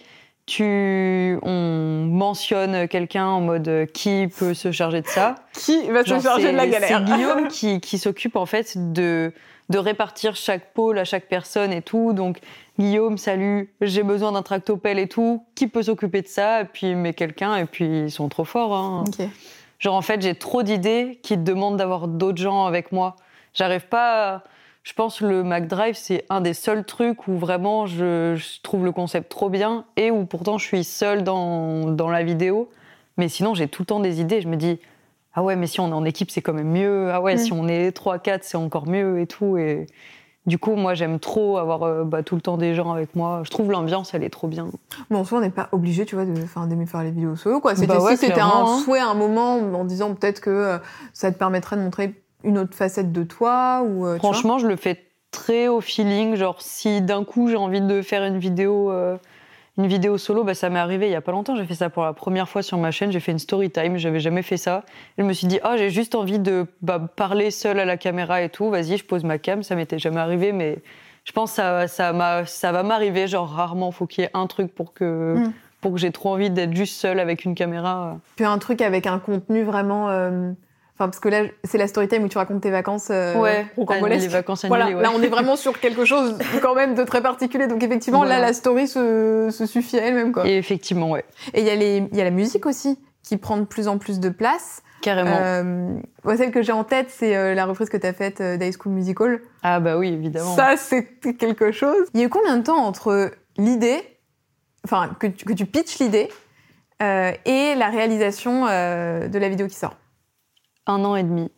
Tu, on mentionne quelqu'un en mode euh, qui peut se charger de ça. Qui va Genre se charger de la galère. C'est Guillaume qui, qui s'occupe en fait de, de répartir chaque pôle à chaque personne et tout. Donc Guillaume, salut, j'ai besoin d'un tractopelle et tout. Qui peut s'occuper de ça ? Et puis il met quelqu'un et puis ils sont trop forts. Hein. Okay. Genre en fait j'ai trop d'idées qui te demandent d'avoir d'autres gens avec moi. J'arrive pas. À... Je pense que le McDrive, c'est un des seuls trucs où vraiment je, je trouve le concept trop bien et où pourtant je suis seule dans, dans la vidéo. Mais sinon, j'ai tout le temps des idées. Je me dis, ah ouais, mais si on est en équipe, c'est quand même mieux. Ah ouais, mmh. si on est trois quatre, c'est encore mieux et tout. Et du coup, moi, j'aime trop avoir euh, bah, tout le temps des gens avec moi. Je trouve l'ambiance, elle est trop bien. Bon, en soi, on n'est pas obligé, tu vois, de, enfin, d'aimer faire les vidéos solo, quoi. C'était, bah ouais, si c'était un hein. souhait à un moment en disant peut-être que euh, ça te permettrait de montrer une autre facette de toi ou euh, Franchement, je le fais très au feeling. Genre, si d'un coup j'ai envie de faire une vidéo, euh, une vidéo solo, bah, ça m'est arrivé il y a pas longtemps. J'ai fait ça pour la première fois sur ma chaîne. J'ai fait une story time. J'avais jamais fait ça. Et je me suis dit, ah, oh, j'ai juste envie de bah, parler seule à la caméra et tout. Vas-y, je pose ma cam. Ça m'était jamais arrivé, mais je pense que ça, ça, m'a, ça va m'arriver. Genre, rarement, faut qu'il y ait un truc pour que. Mm. pour que j'ai trop envie d'être juste seule avec une caméra. Puis un truc avec un contenu vraiment. Euh... Enfin, parce que là, c'est la story time où tu racontes tes vacances euh, ouais, rocambolesques. Les vacances annulées, voilà, ouais. Là, on est vraiment sur quelque chose quand même de très particulier. Donc, effectivement, voilà. Là, la story se, se suffit à elle-même, quoi. Et effectivement, ouais. Et il y a les, il y a la musique aussi qui prend de plus en plus de place. Carrément. Euh, moi, celle que j'ai en tête, c'est euh, la reprise que t'as faite euh, d'High School Musical. Ah bah oui, évidemment. Ça, c'est quelque chose. Il y a eu combien de temps entre l'idée, enfin, que tu, que tu pitches l'idée euh, et la réalisation euh, de la vidéo qui sort ? Un an et demi.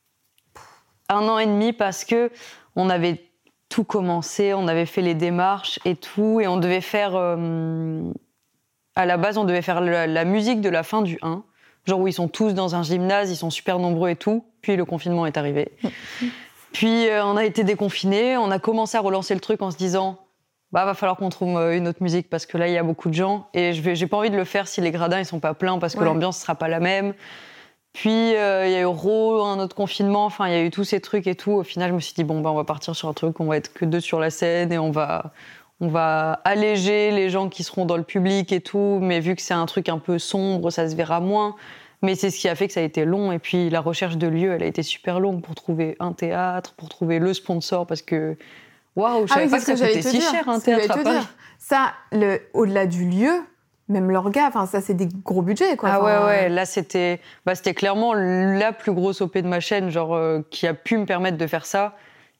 Un an et demi parce que on avait tout commencé, on avait fait les démarches et tout, et on devait faire... Euh, à la base, on devait faire la, la musique de la fin du un, genre où ils sont tous dans un gymnase, ils sont super nombreux et tout, puis le confinement est arrivé. Puis euh, on a été déconfinés, on a commencé à relancer le truc en se disant bah va falloir qu'on trouve une autre musique parce que là il y a beaucoup de gens et je vais, j'ai pas envie de le faire si les gradins ils sont pas pleins parce que ouais. l'ambiance sera pas la même. Puis il euh, y a eu Raw, un autre confinement, enfin il y a eu tous ces trucs et tout. Au final je me suis dit bon bah on va partir sur un truc, on va être que deux sur la scène et on va on va alléger les gens qui seront dans le public et tout. Mais vu que c'est un truc un peu sombre, ça se verra moins. Mais c'est ce qui a fait que ça a été long. Et puis, la recherche de lieu, elle a été super longue pour trouver un théâtre, pour trouver le sponsor, parce que, waouh, je ah savais oui, pas que ça coûtait si dire. cher, un c'est théâtre à Paris. Dire. Ça, le, au-delà du lieu, même l'orga, enfin, ça, c'est des gros budgets, quoi. Ah enfin, ouais, ouais, là, c'était, bah, c'était clairement la plus grosse O P de ma chaîne, genre, euh, qui a pu me permettre de faire ça.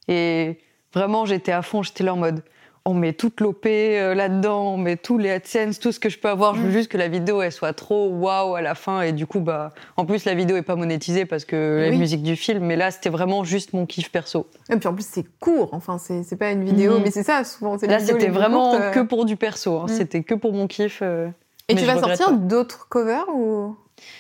Et vraiment, j'étais à fond, j'étais là en mode... on met toute l'O P euh, là-dedans, on met tous les AdSense, tout ce que je peux avoir. Je veux juste que la vidéo, elle soit trop waouh à la fin. Et du coup, bah, en plus, la vidéo est pas monétisée parce que oui. la musique du film. Mais là, c'était vraiment juste mon kiff perso. Et puis en plus, c'est court. Enfin, c'est, c'est pas une vidéo, mmh. mais c'est ça, souvent. C'est là, les c'était vraiment courtes, euh... que pour du perso. Hein. Mmh. C'était que pour mon kiff. Euh... Et mais tu vas sortir pas. D'autres covers ou...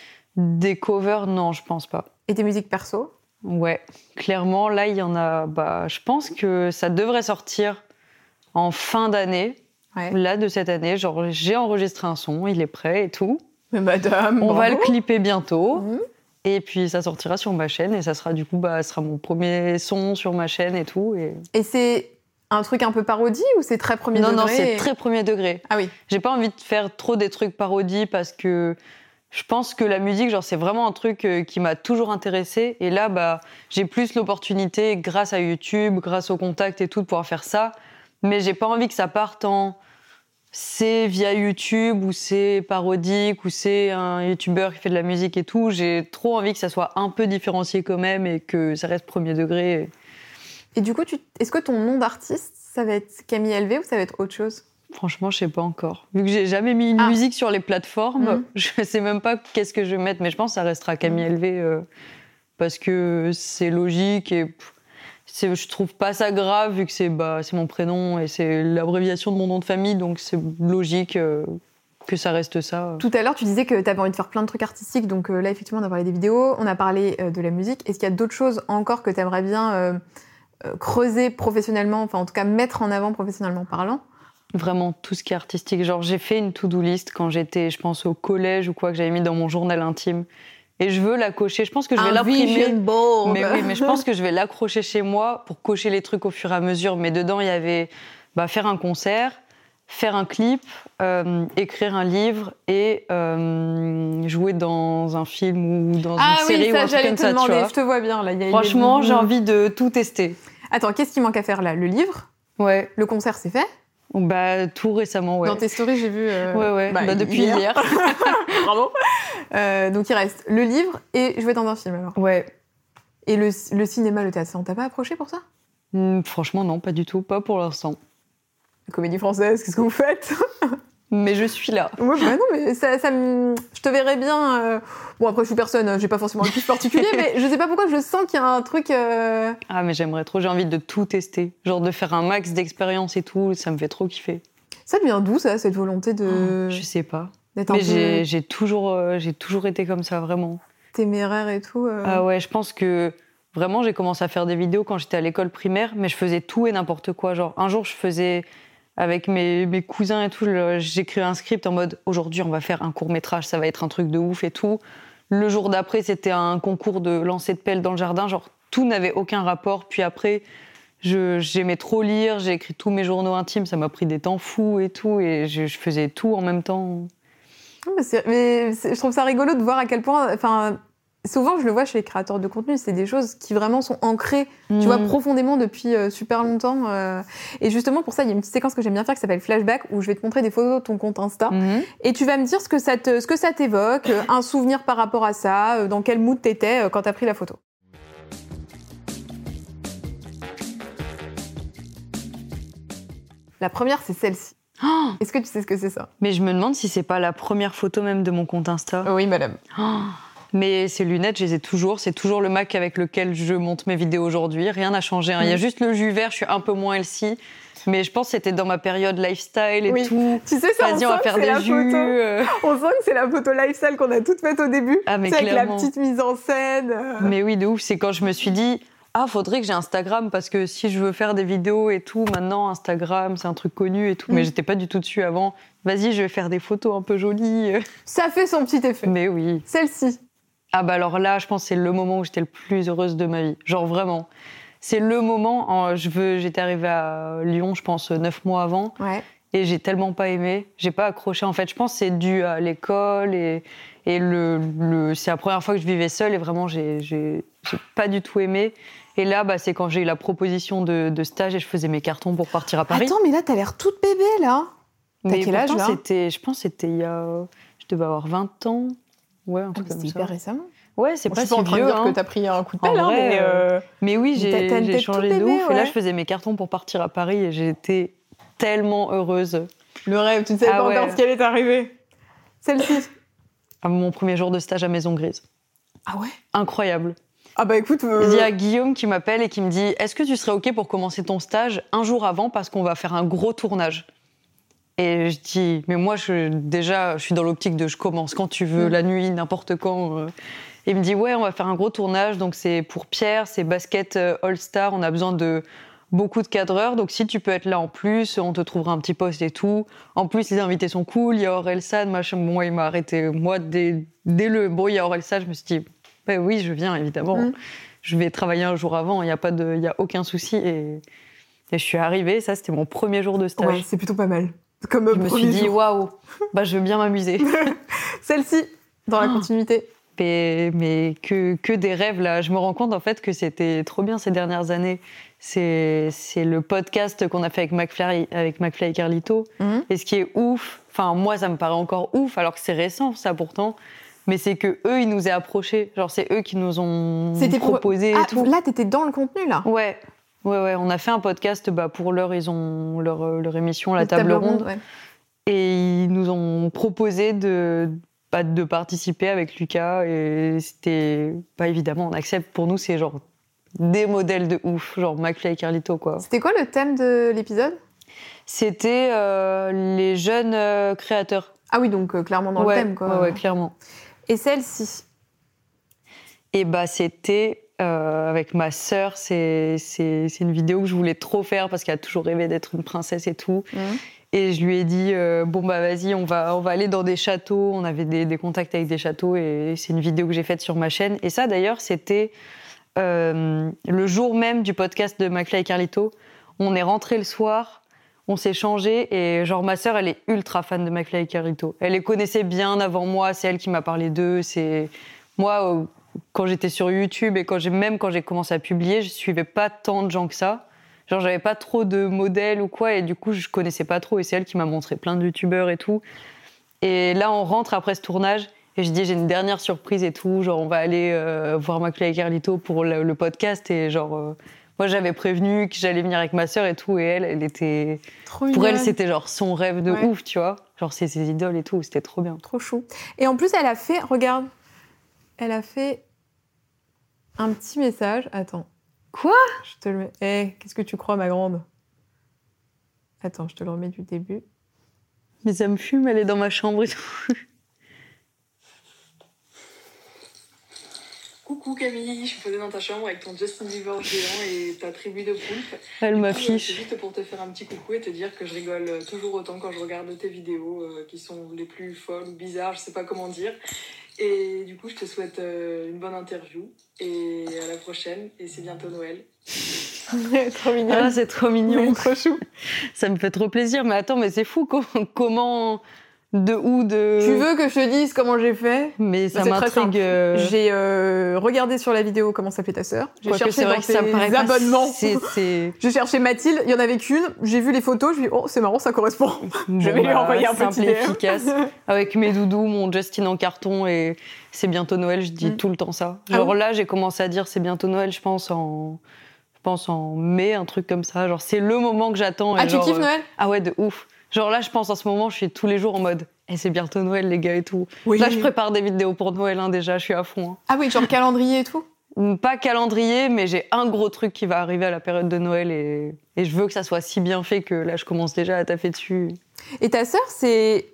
Des covers, non, je pense pas. Et tes musiques perso? Ouais, clairement, là, il y en a... Bah, je pense que ça devrait sortir... en fin d'année, ouais. là, de cette année, genre, j'ai enregistré un son, il est prêt et tout. Mais madame, on bravo. va le clipper bientôt. Mmh. Et puis, ça sortira sur ma chaîne. Et ça sera, du coup, bah, ça sera mon premier son sur ma chaîne et tout. Et, et c'est un truc un peu parodie ou c'est très premier non, degré? Non, non, c'est et... très premier degré. Ah oui. J'ai pas envie de faire trop des trucs parodies parce que je pense que la musique, genre, c'est vraiment un truc qui m'a toujours intéressée. Et là, bah, j'ai plus l'opportunité, grâce à YouTube, grâce au contact et tout, de pouvoir faire ça. Mais j'ai pas envie que ça parte en c'est via YouTube ou c'est parodique ou c'est un youtubeur qui fait de la musique et tout. J'ai trop envie que ça soit un peu différencié quand même et que ça reste premier degré. Et du coup, tu... est-ce que ton nom d'artiste, ça va être Camille L V ou ça va être autre chose? Franchement, je sais pas encore. Vu que j'ai jamais mis une ah. musique sur les plateformes, mmh. je sais même pas qu'est-ce que je vais mettre. Mais je pense que ça restera Camille L V euh, parce que c'est logique et... C'est, je trouve pas ça grave vu que c'est, bah, c'est mon prénom et c'est l'abréviation de mon nom de famille, donc c'est logique euh, que ça reste ça. Tout à l'heure, tu disais que tu avais envie de faire plein de trucs artistiques, donc euh, là, effectivement, on a parlé des vidéos, on a parlé euh, de la musique. Est-ce qu'il y a d'autres choses encore que tu aimerais bien euh, euh, creuser professionnellement, enfin en tout cas mettre en avant professionnellement parlant? Vraiment tout ce qui est artistique. Genre, j'ai fait une to-do list quand j'étais, je pense, au collège ou quoi, que j'avais mis dans mon journal intime. Et je veux la cocher. Je pense que je vais un l'imprimer. Board. Mais oui, mais je pense que je vais l'accrocher chez moi pour cocher les trucs au fur et à mesure. Mais dedans, il y avait bah, faire un concert, faire un clip, euh, écrire un livre et euh, jouer dans un film ou dans ah une oui, série ça, ou un truc comme ça. demander, tu vois. Je te vois bien là. Y a Franchement, j'ai envie de tout tester. Attends, qu'est-ce qui manque à faire là? Le livre? Ouais. Le concert, c'est fait? Bah, tout récemment, ouais. Dans tes stories, j'ai vu... Euh... Ouais, ouais, bah, bah, depuis hier. hier. Bravo. Euh, donc, il reste le livre et jouer dans un film, alors. Ouais. Et le, le cinéma, le théâtre, ça, on t'a pas approché pour ça? mmh, Franchement, non, pas du tout. Pas pour l'instant. La comédie française, qu'est-ce que vous faites? Mais je suis là. Ouais, bah non, mais ça, ça me... je te verrais bien... Euh... Bon, après, je suis personne, j'ai pas forcément un kiff particulier, mais je sais pas pourquoi, je sens qu'il y a un truc... Euh... Ah, mais j'aimerais trop, j'ai envie de tout tester. Genre de faire un max d'expérience et tout, ça me fait trop kiffer. Ça vient d'où, ça, cette volonté de... Oh, je sais pas. D'être mais un j'ai, peu... j'ai, toujours, euh, j'ai toujours été comme ça, vraiment. Téméraire et tout. Euh... Ah ouais, je pense que... Vraiment, j'ai commencé à faire des vidéos quand j'étais à l'école primaire, mais je faisais tout et n'importe quoi. Genre, un jour, je faisais... Avec mes, mes cousins et tout, j'écrivais un script en mode « Aujourd'hui, on va faire un court-métrage, ça va être un truc de ouf et tout ». Le jour d'après, c'était un concours de lancer de pelle dans le jardin. Genre, tout n'avait aucun rapport. Puis après, je, j'aimais trop lire, j'ai écrit tous mes journaux intimes, ça m'a pris des temps fous et tout, et je, je faisais tout en même temps. Mais, c'est, mais c'est, je trouve ça rigolo de voir à quel point... Enfin, souvent, je le vois chez les créateurs de contenu, c'est des choses qui vraiment sont ancrées, mmh. tu vois, profondément depuis euh, super longtemps. Euh, et justement, pour ça, il y a une petite séquence que j'aime bien faire qui s'appelle Flashback, où je vais te montrer des photos de ton compte Insta, mmh. et tu vas me dire ce que ça, te, ce que ça t'évoque, euh, un souvenir par rapport à ça, euh, dans quel mood t'étais euh, quand t'as pris la photo. La première, c'est celle-ci. Oh, est-ce que tu sais ce que c'est ça? Mais je me demande si c'est pas la première photo même de mon compte Insta. Oui, madame. Oh. Mais ces lunettes, je les ai toujours. C'est toujours le Mac avec lequel je monte mes vidéos aujourd'hui. Rien n'a changé. Hein. Mmh. Il y a juste le jus vert, je suis un peu moins healthy. Mais je pense que c'était dans ma période lifestyle et oui. tout. Tu sais, ça, Vas-y, on, on va faire des jus. Euh... On sent que c'est la photo lifestyle qu'on a toute faite au début. Ah, mais avec clairement. La petite mise en scène. Euh... Mais oui, de ouf. C'est quand je me suis dit... ah, faudrait que j'ai Instagram parce que si je veux faire des vidéos et tout, maintenant Instagram, c'est un truc connu et tout. Mmh. Mais j'étais pas du tout dessus avant. Vas-y, je vais faire des photos un peu jolies. Ça fait son petit effet. Mais oui. Celle-ci. Ah bah alors là, je pense que c'est le moment où j'étais le plus heureuse de ma vie. Genre vraiment. C'est le moment, en, je veux, j'étais arrivée à Lyon, je pense, neuf mois avant. Ouais. Et j'ai tellement pas aimé. J'ai pas accroché. En fait, je pense que c'est dû à l'école et, et le, le, c'est la première fois que je vivais seule et vraiment, j'ai, j'ai, j'ai pas du tout aimé. Et là, bah, c'est quand j'ai eu la proposition de, de stage et je faisais mes cartons pour partir à Paris. Attends, mais là, t'as l'air toute bébé, là. T'as mais quel âge, là c'était, je pense que c'était il y a... Je devais avoir vingt ans. Ouais, un truc ah, comme c'était ça. hyper récemment. Ouais, c'est bon, pas si vieux. Je suis pas en train vieux, de dire hein. que t'as pris un coup de pelle, hein, mais... Euh... Mais oui, j'ai, mais t'as, t'as j'ai changé bébé, de ouf. ouais. Et là, je faisais mes cartons pour partir à Paris et j'étais tellement heureuse. Le rêve, tu ne savais ah pas ouais. encore ce qui allait t'arriver. Celle-ci. À mon premier jour de stage à Maison Grise. Ah ouais. Incroyable. Ah bah écoute... Euh... Il y a Guillaume qui m'appelle et qui me dit « Est-ce que tu serais OK pour commencer ton stage un jour avant parce qu'on va faire un gros tournage ?» Et je dis « Mais moi, je, déjà, je suis dans l'optique de je commence quand tu veux, mmh. la nuit, n'importe quand. » Et il me dit « Ouais, on va faire un gros tournage, donc c'est pour Pierre, c'est basket All-Star, on a besoin de beaucoup de cadreurs, donc si tu peux être là en plus, on te trouvera un petit poste et tout. En plus, les invités sont cool, il y a Orelsan, machin. Moi, il m'a arrêté. Moi, dès, dès le... Bon, il y a Orelsan, je me suis dit « Ben oui, je viens, évidemment. Mmh. Je vais travailler un jour avant, il n'y a, pas de, il y a aucun souci. » Et, et je suis arrivée, ça, c'était mon premier jour de stage. Ouais, c'est plutôt pas mal. Comme je me suis dit « Waouh, bah, je veux bien m'amuser. » Celle-ci, dans la continuité. Mais, mais que, que des rêves, là. Je me rends compte, en fait, que c'était trop bien ces dernières années. C'est, c'est le podcast qu'on a fait avec McFly, avec McFly et Carlito. Mmh. Et ce qui est ouf, enfin, moi, ça me paraît encore ouf, alors que c'est récent, ça, pourtant. Mais c'est que eux, ils nous aient approchés. Genre, c'est eux qui nous ont C'était proposé pour... ah, et tout. Là, t'étais dans le contenu, là. Ouais. Ouais, ouais. On a fait un podcast, bah, pour l'heure, ils ont leur, leur émission, La Table, table Ronde. ronde ouais. Et ils nous ont proposé de... Pas de participer avec Lucas et c'était pas évidemment on accepte. Pour nous c'est genre des modèles de ouf, genre McFly et Carlito quoi. C'était quoi le thème de l'épisode ? C'était euh, les jeunes euh, créateurs. Ah oui donc euh, clairement dans ouais, le thème quoi. Ouais ouais clairement. Et celle-ci ? Et bah c'était euh, avec ma sœur, c'est c'est c'est une vidéo que je voulais trop faire parce qu'elle a toujours rêvé d'être une princesse et tout. Mmh. Et je lui ai dit, euh, bon bah vas-y, on va, on va aller dans des châteaux. On avait des, des contacts avec des châteaux et c'est une vidéo que j'ai faite sur ma chaîne. Et ça d'ailleurs, c'était euh, le jour même du podcast de McFly et Carlito. On est rentrés le soir, on s'est changé et genre ma sœur, elle est ultra fan de McFly et Carlito. Elle les connaissait bien avant moi, c'est elle qui m'a parlé d'eux. C'est moi, euh, quand j'étais sur YouTube et quand j'ai, même quand j'ai commencé à publier, je suivais pas tant de gens que ça. Genre, j'avais pas trop de modèles ou quoi, et du coup, je connaissais pas trop, et c'est elle qui m'a montré plein de youtubeurs et tout. Et là, on rentre après ce tournage, et je dis, j'ai une dernière surprise et tout, genre, on va aller euh, voir McFly et Carlito pour le, le podcast, et genre, euh, moi, j'avais prévenu que j'allais venir avec ma sœur et tout, et elle, elle était... Trop pour bien. elle, c'était genre son rêve de ouais. ouf, tu vois. Genre, c'est ses idoles et tout, c'était trop bien. Trop chou. Et en plus, elle a fait, regarde, elle a fait un petit message, attends. Quoi ? Je te le mets. Eh, hey, qu'est-ce que tu crois, ma grande ? Attends, je te le remets du début. Mais ça me fume, elle est dans ma chambre et tout. Coucou Camille, je suis posée dans ta chambre avec ton Justin Bieber géant et ta tribu de poulpes. Elle du m'affiche. Coup, c'est juste pour te faire un petit coucou et te dire que je rigole toujours autant quand je regarde tes vidéos euh, qui sont les plus folles ou bizarres, je sais pas comment dire. Et du coup, je te souhaite euh, une bonne interview et à la prochaine. Et c'est bientôt Noël. Trop mignon. Ah, c'est trop mignon. Ouais, trop chou. Ça me fait trop plaisir. Mais attends, mais c'est fou. Comment... De où de... Tu veux que je te dise comment j'ai fait ? Mais ça bah, m'intrigue. Euh... J'ai euh, regardé sur la vidéo comment s'appelait ta sœur. J'ai Quoique cherché c'est vrai dans que ça tes paraît abonnements. Pas... C'est, c'est... J'ai cherché Mathilde, il y en avait qu'une. J'ai vu les photos, je me dis oh c'est marrant, ça correspond. Bon, je vais bah, lui envoyer un petit simple et efficace. Avec mes doudous, mon Justin en carton et c'est bientôt Noël. Je dis mm. tout le temps ça. Genre ah oui là, j'ai commencé à dire c'est bientôt Noël. Je pense en, je pense en mai, un truc comme ça. Genre c'est le moment que j'attends. Ah et tu genre, kiffes Noël ? euh... Ah ouais de ouf. Genre là, je pense en ce moment, je suis tous les jours en mode et eh, c'est bientôt Noël les gars et tout. Oui. Là, je prépare des vidéos pour Noël hein, déjà, je suis à fond. Hein. Ah oui, genre calendrier et tout ? Pas calendrier, mais j'ai un gros truc qui va arriver à la période de Noël et, et je veux que ça soit si bien fait que là, je commence déjà à taffer dessus. Et ta sœur, c'est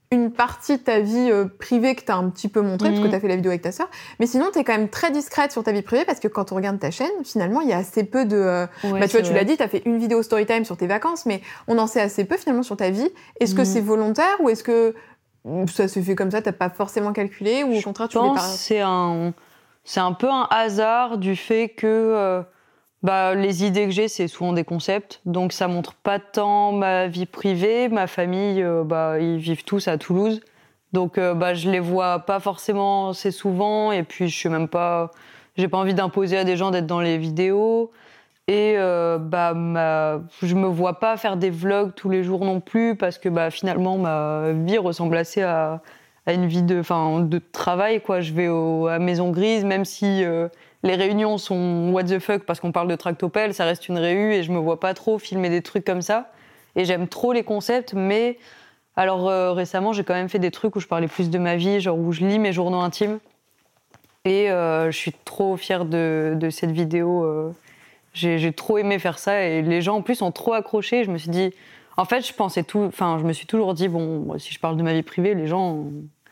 une partie de ta vie euh, privée que t'as un petit peu montrée, mmh. parce que t'as fait la vidéo avec ta sœur. Mais sinon, t'es quand même très discrète sur ta vie privée, parce que quand on regarde ta chaîne, finalement, il y a assez peu de... Euh... Ouais, bah, tu vois, tu l'as dit, t'as fait une vidéo storytime sur tes vacances, mais on en sait assez peu, finalement, sur ta vie. Est-ce mmh. que c'est volontaire, ou est-ce que ça s'est fait comme ça, t'as pas forcément calculé, ou au contraire, tu voulais pas... Je pense que c'est un... c'est un peu un hasard du fait que... Euh... Bah, les idées que j'ai, c'est souvent des concepts, donc ça montre pas tant ma vie privée. Ma famille, euh, bah, ils vivent tous à Toulouse, donc euh, bah, je les vois pas forcément assez souvent, et puis je suis même pas, j'ai pas envie d'imposer à des gens d'être dans les vidéos, et euh, bah, ma... je me vois pas faire des vlogs tous les jours non plus, parce que bah, finalement ma vie ressemble assez à, à une vie de, enfin, de travail, quoi. Je vais au... à Maison Grise, même si... Euh... les réunions sont what the fuck parce qu'on parle de tractopelle, ça reste une réu et je me vois pas trop filmer des trucs comme ça. Et j'aime trop les concepts, mais alors euh, récemment j'ai quand même fait des trucs où je parlais plus de ma vie, genre où je lis mes journaux intimes. Et euh, je suis trop fière de, de cette vidéo. Euh, j'ai, j'ai trop aimé faire ça et les gens en plus ont trop accroché. Je me suis dit, en fait je pensais tout, enfin je me suis toujours dit bon si je parle de ma vie privée, les gens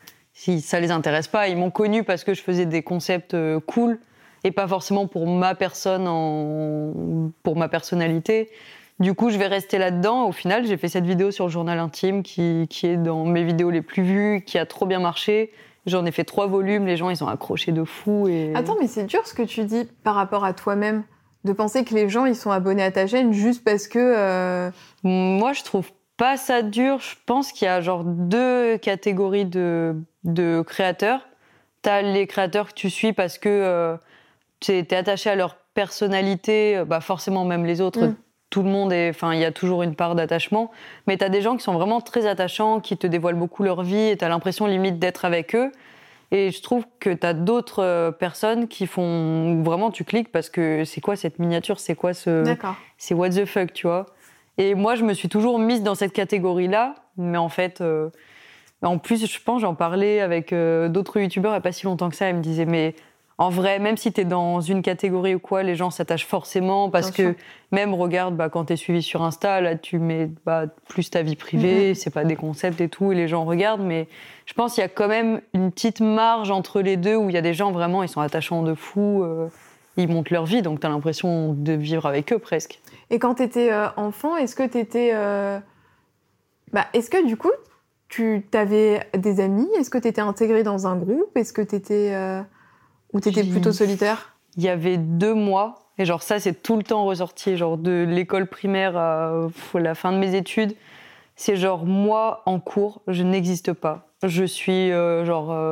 si ça les intéresse pas, ils m'ont connue parce que je faisais des concepts euh, cool. Et pas forcément pour ma personne, en... pour ma personnalité. Du coup, je vais rester là-dedans. Au final, j'ai fait cette vidéo sur le journal intime qui, qui est dans mes vidéos les plus vues, qui a trop bien marché. J'en ai fait trois volumes, les gens, ils ont accroché de fou. Et... Attends, mais c'est dur ce que tu dis par rapport à toi-même, de penser que les gens, ils sont abonnés à ta chaîne juste parce que... Euh... Moi, je trouve pas ça dur. Je pense qu'il y a genre deux catégories de, de créateurs. T'as les créateurs que tu suis parce que... Euh, t'es attaché à leur personnalité, bah forcément même les autres, mmh. tout le monde est, enfin il y a toujours une part d'attachement, mais t'as des gens qui sont vraiment très attachants, qui te dévoilent beaucoup leur vie et t'as l'impression limite d'être avec eux. Et je trouve que t'as d'autres personnes qui font vraiment tu cliques parce que c'est quoi cette miniature, c'est quoi ce, D'accord. c'est what the fuck, tu vois. Et moi je me suis toujours mise dans cette catégorie-là, mais en fait. Euh, en plus, je pense, j'en parlais avec euh, d'autres youtubeurs il n'y a pas si longtemps que ça, ils me disaient mais en vrai, même si t'es dans une catégorie ou quoi, les gens s'attachent forcément parce Bien que sûr. Même, regarde, bah, quand t'es suivi sur Insta, là, tu mets bah, plus ta vie privée, mm-hmm. c'est pas des concepts et tout, et les gens regardent, mais je pense qu'il y a quand même une petite marge entre les deux où il y a des gens vraiment, ils sont attachants de fou, euh, ils montent leur vie, donc t'as l'impression de vivre avec eux presque. Et quand t'étais euh, enfant, est-ce que t'étais... Euh... Bah, est-ce que du coup, tu t'avais des amis ? Est-ce que t'étais intégrée dans un groupe ? Est-ce que t'étais... Euh... Ou t'étais plutôt solitaire ? Il y avait deux mois, et genre ça c'est tout le temps ressorti, genre de l'école primaire à la fin de mes études. C'est genre moi en cours, je n'existe pas. Je suis euh, genre, euh,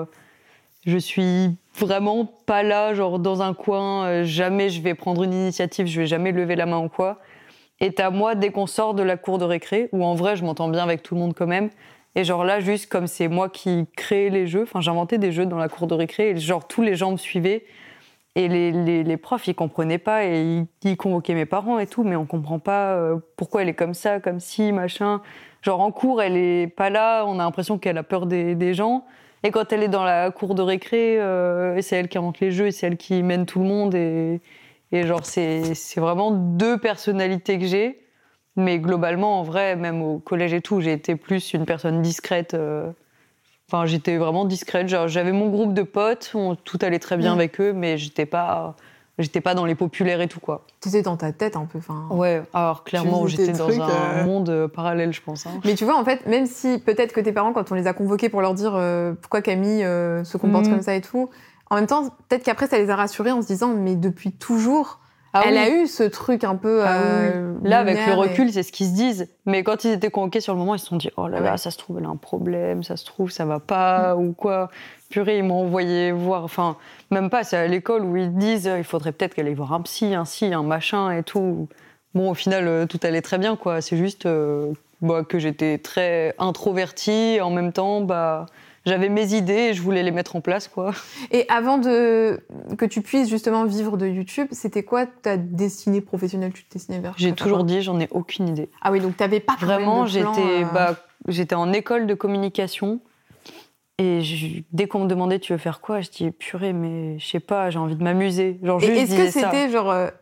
je suis vraiment pas là, genre dans un coin. Euh, jamais je vais prendre une initiative, je vais jamais lever la main ou quoi. Et t'as moi dès qu'on sort de la cour de récré, où en vrai je m'entends bien avec tout le monde quand même. Et genre là, juste comme c'est moi qui crée les jeux, enfin j'inventais des jeux dans la cour de récré, et genre tous les gens me suivaient, et les, les, les profs ils comprenaient pas, et ils, ils convoquaient mes parents et tout, mais on comprend pas euh, pourquoi elle est comme ça, comme ci, machin. Genre en cours, elle est pas là, on a l'impression qu'elle a peur des, des gens, et quand elle est dans la cour de récré, euh, c'est elle qui invente les jeux, et c'est elle qui mène tout le monde, et, et genre c'est, c'est vraiment deux personnalités que j'ai. Mais globalement, en vrai, même au collège et tout, j'ai été plus une personne discrète. Euh... Enfin, j'étais vraiment discrète. Genre, j'avais mon groupe de potes, on... tout allait très bien mmh. avec eux, mais j'étais pas, j'étais pas dans les populaires et tout, quoi. T'étais dans ta tête un peu, enfin. Ouais, alors clairement, j'étais dans trucs, un euh... monde euh, parallèle, je pense. Hein. Mais tu vois, en fait, même si peut-être que tes parents, quand on les a convoqués pour leur dire euh, pourquoi Camille euh, se comporte mmh. comme ça et tout, en même temps, peut-être qu'après, ça les a rassurés en se disant, mais depuis toujours. Ah elle oui. a eu ce truc un peu... Ah euh, oui. Là, avec le recul, et... c'est ce qu'ils se disent. Mais quand ils étaient convoqués sur le moment, ils se sont dit « Oh là là, ouais. ça se trouve, elle a un problème, ça se trouve, ça va pas, mmh. ou quoi. » Purée, ils m'ont envoyé voir... Enfin, même pas, c'est à l'école où ils disent « Il faudrait peut-être qu'elle aille voir un psy, un ci, un machin et tout. » Bon, au final, euh, tout allait très bien, quoi. C'est juste euh, bah, que j'étais très introvertie. En même temps, bah... j'avais mes idées et je voulais les mettre en place, quoi. Et avant de... que tu puisses justement vivre de YouTube, c'était quoi ta destinée professionnelle ? Tu te destinais vers ? J'ai toujours dit, j'en ai aucune idée. Ah oui, donc t'avais pas vraiment de plan, j'étais, euh... bah, j'étais en école de communication et je, dès qu'on me demandait tu veux faire quoi, je dis purée, mais je sais pas, j'ai envie de m'amuser. Genre, juste et est-ce que c'était ça. genre euh,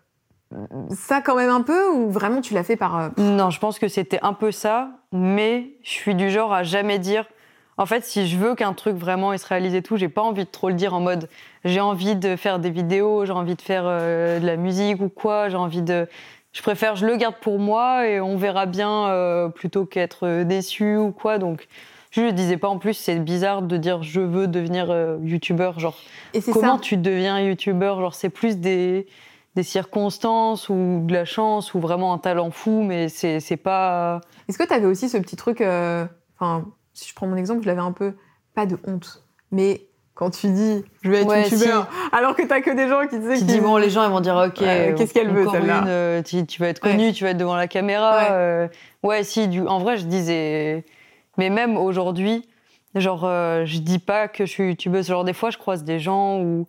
ça quand même un peu ou vraiment tu l'as fait par... Euh... Non, je pense que c'était un peu ça, mais je suis du genre à jamais dire En fait, si je veux qu'un truc vraiment il se réalise et tout, j'ai pas envie de trop le dire en mode j'ai envie de faire des vidéos, j'ai envie de faire euh, de la musique ou quoi, j'ai envie de... Je préfère, je le garde pour moi et on verra bien euh, plutôt qu'être déçu ou quoi. Donc, je le disais pas en plus, c'est bizarre de dire je veux devenir euh, youtubeur. Genre, et c'est comment ça. tu deviens youtubeur? Genre, c'est plus des, des circonstances ou de la chance ou vraiment un talent fou, mais c'est, c'est pas... Est-ce que t'avais aussi ce petit truc... Enfin, euh, si je prends mon exemple, je l'avais un peu... Pas de honte, mais... Quand tu dis je vais être ouais, youtubeur, si. alors que t'as que des gens qui disaient. Tu dis bon, les gens ils vont dire ok. Euh, qu'est-ce qu'elle veut celle-là une, euh, tu, tu vas être connue, ouais. tu vas être devant la caméra. Ouais, euh, ouais si. Du, en vrai, je disais, mais même aujourd'hui, genre euh, je dis pas que je suis youtubeuse. Genre des fois, je croise des gens où,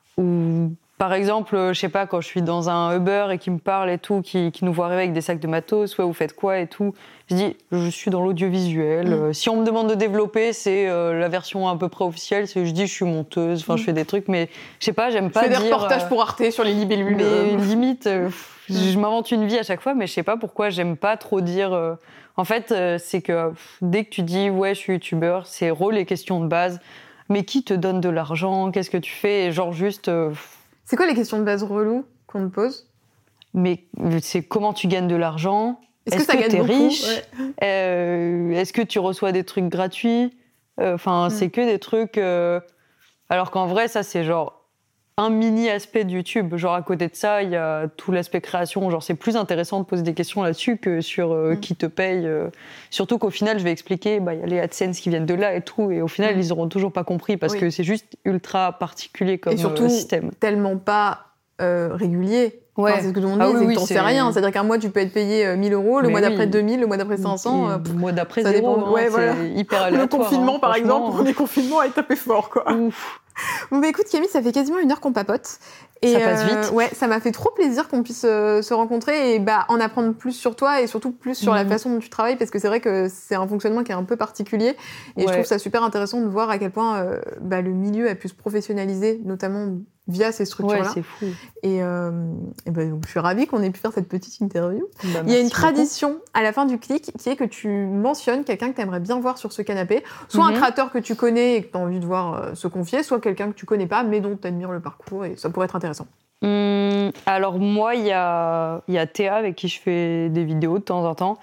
où par exemple, je sais pas, quand je suis dans un Uber et qu'ils me parlent et tout, qui, qui nous voient arriver avec des sacs de matos, ouais, vous faites quoi et tout. Je dis, je suis dans l'audiovisuel. Mmh. Si on me demande de développer, c'est euh, la version à peu près officielle. C'est, je dis, je suis monteuse. Enfin, mmh. je fais des trucs, mais je sais pas, j'aime pas dire. dire. Je fais des reportages euh, pour Arte sur les libellules. Mais euh... limite, euh, je m'invente une vie à chaque fois, mais je sais pas pourquoi j'aime pas trop dire. Euh... En fait, euh, c'est que pff, dès que tu dis, ouais, je suis youtubeur, c'est rôle et questions de base. Mais qui te donne de l'argent? Qu'est-ce que tu fais? Et genre juste. Euh... C'est quoi les questions de base reloues qu'on te pose? Mais c'est comment tu gagnes de l'argent? Est-ce, est-ce que, ça que t'es beaucoup riche? ouais. euh, Est-ce que tu reçois des trucs gratuits? Enfin, euh, mm. c'est que des trucs... Euh... Alors qu'en vrai, ça, c'est genre un mini aspect de YouTube. Genre, à côté de ça, il y a tout l'aspect création. Genre, c'est plus intéressant de poser des questions là-dessus que sur euh, mm. qui te paye. Euh... Surtout qu'au final, je vais expliquer, bah, y a les AdSense qui viennent de là et tout. Et au final, mm. ils auront toujours pas compris parce oui. que c'est juste ultra particulier comme et surtout, euh, système. Tellement pas euh, régulier. Ouais. Enfin, c'est ce que tout le monde dit, ah, c'est oui, que t'en oui, sais c'est... rien. C'est-à-dire qu'un mois, tu peux être payé mille euros, le mais mois d'après oui. deux mille, le mois d'après cinq cents. Euh, pff, le mois d'après ça zéro. dépend. Hein, ouais, c'est voilà. hyper aléatoire. Le confinement, hein, par exemple, hein. le premier confinement a tapé fort, quoi. Ouf. Bon, bah écoute, Camille, ça fait quasiment une heure qu'on papote. Et ça passe vite. Euh, ouais, ça m'a fait trop plaisir qu'on puisse euh, se rencontrer et bah, en apprendre plus sur toi et surtout plus sur mmh. la façon dont tu travailles parce que c'est vrai que c'est un fonctionnement qui est un peu particulier et ouais. je trouve ça super intéressant de voir à quel point euh, bah, le milieu a pu se professionnaliser, notamment via ces structures-là. Ouais, c'est fou. Et, euh, et bah, donc, je suis ravie qu'on ait pu faire cette petite interview. Bah, Il y a une beaucoup. tradition à la fin du clic qui est que tu mentionnes quelqu'un que tu aimerais bien voir sur ce canapé, soit mmh. un créateur que tu connais et que tu as envie de voir euh, se confier, soit quelqu'un que tu connais pas mais dont tu admires le parcours et ça pourrait être intéressant. Hum, alors moi, il y a, y a Théa avec qui je fais des vidéos de temps en temps.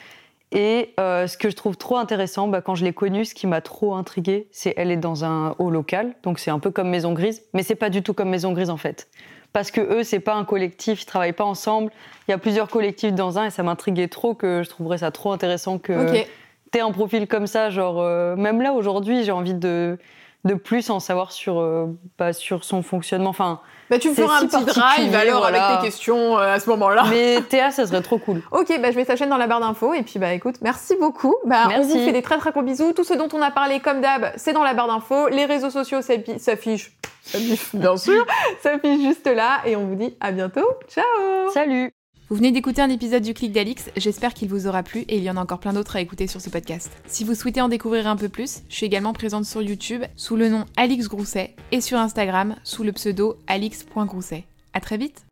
Et euh, ce que je trouve trop intéressant, bah, quand je l'ai connue, ce qui m'a trop intriguée, c'est elle est dans un haut local, donc c'est un peu comme Maison Grise, mais c'est pas du tout comme Maison Grise en fait. Parce que eux, c'est pas un collectif, ils travaillent pas ensemble. Il y a plusieurs collectifs dans un et ça m'intriguait trop que je trouverais ça trop intéressant que okay. t'aies un profil comme ça. Genre, euh, même là aujourd'hui, j'ai envie de, de plus en savoir sur, euh, bah, sur son fonctionnement. Enfin, bah, tu me feras un petit drive alors voilà. avec tes questions euh, à ce moment-là. Mais Théa, ça serait trop cool. Ok, bah, je mets sa chaîne dans la barre d'infos et puis bah écoute, merci beaucoup. Bah, merci. On vous fait des très très gros bisous. Tout ce dont on a parlé, comme d'hab, c'est dans la barre d'infos. Les réseaux sociaux s'affichent, s'affichent bien sûr, s'affichent juste là et on vous dit à bientôt. Ciao. Salut. Vous venez d'écouter un épisode du Clic d'Alix, j'espère qu'il vous aura plu et il y en a encore plein d'autres à écouter sur ce podcast. Si vous souhaitez en découvrir un peu plus, je suis également présente sur YouTube sous le nom Alix Grousset et sur Instagram sous le pseudo alix point grousset. À très vite.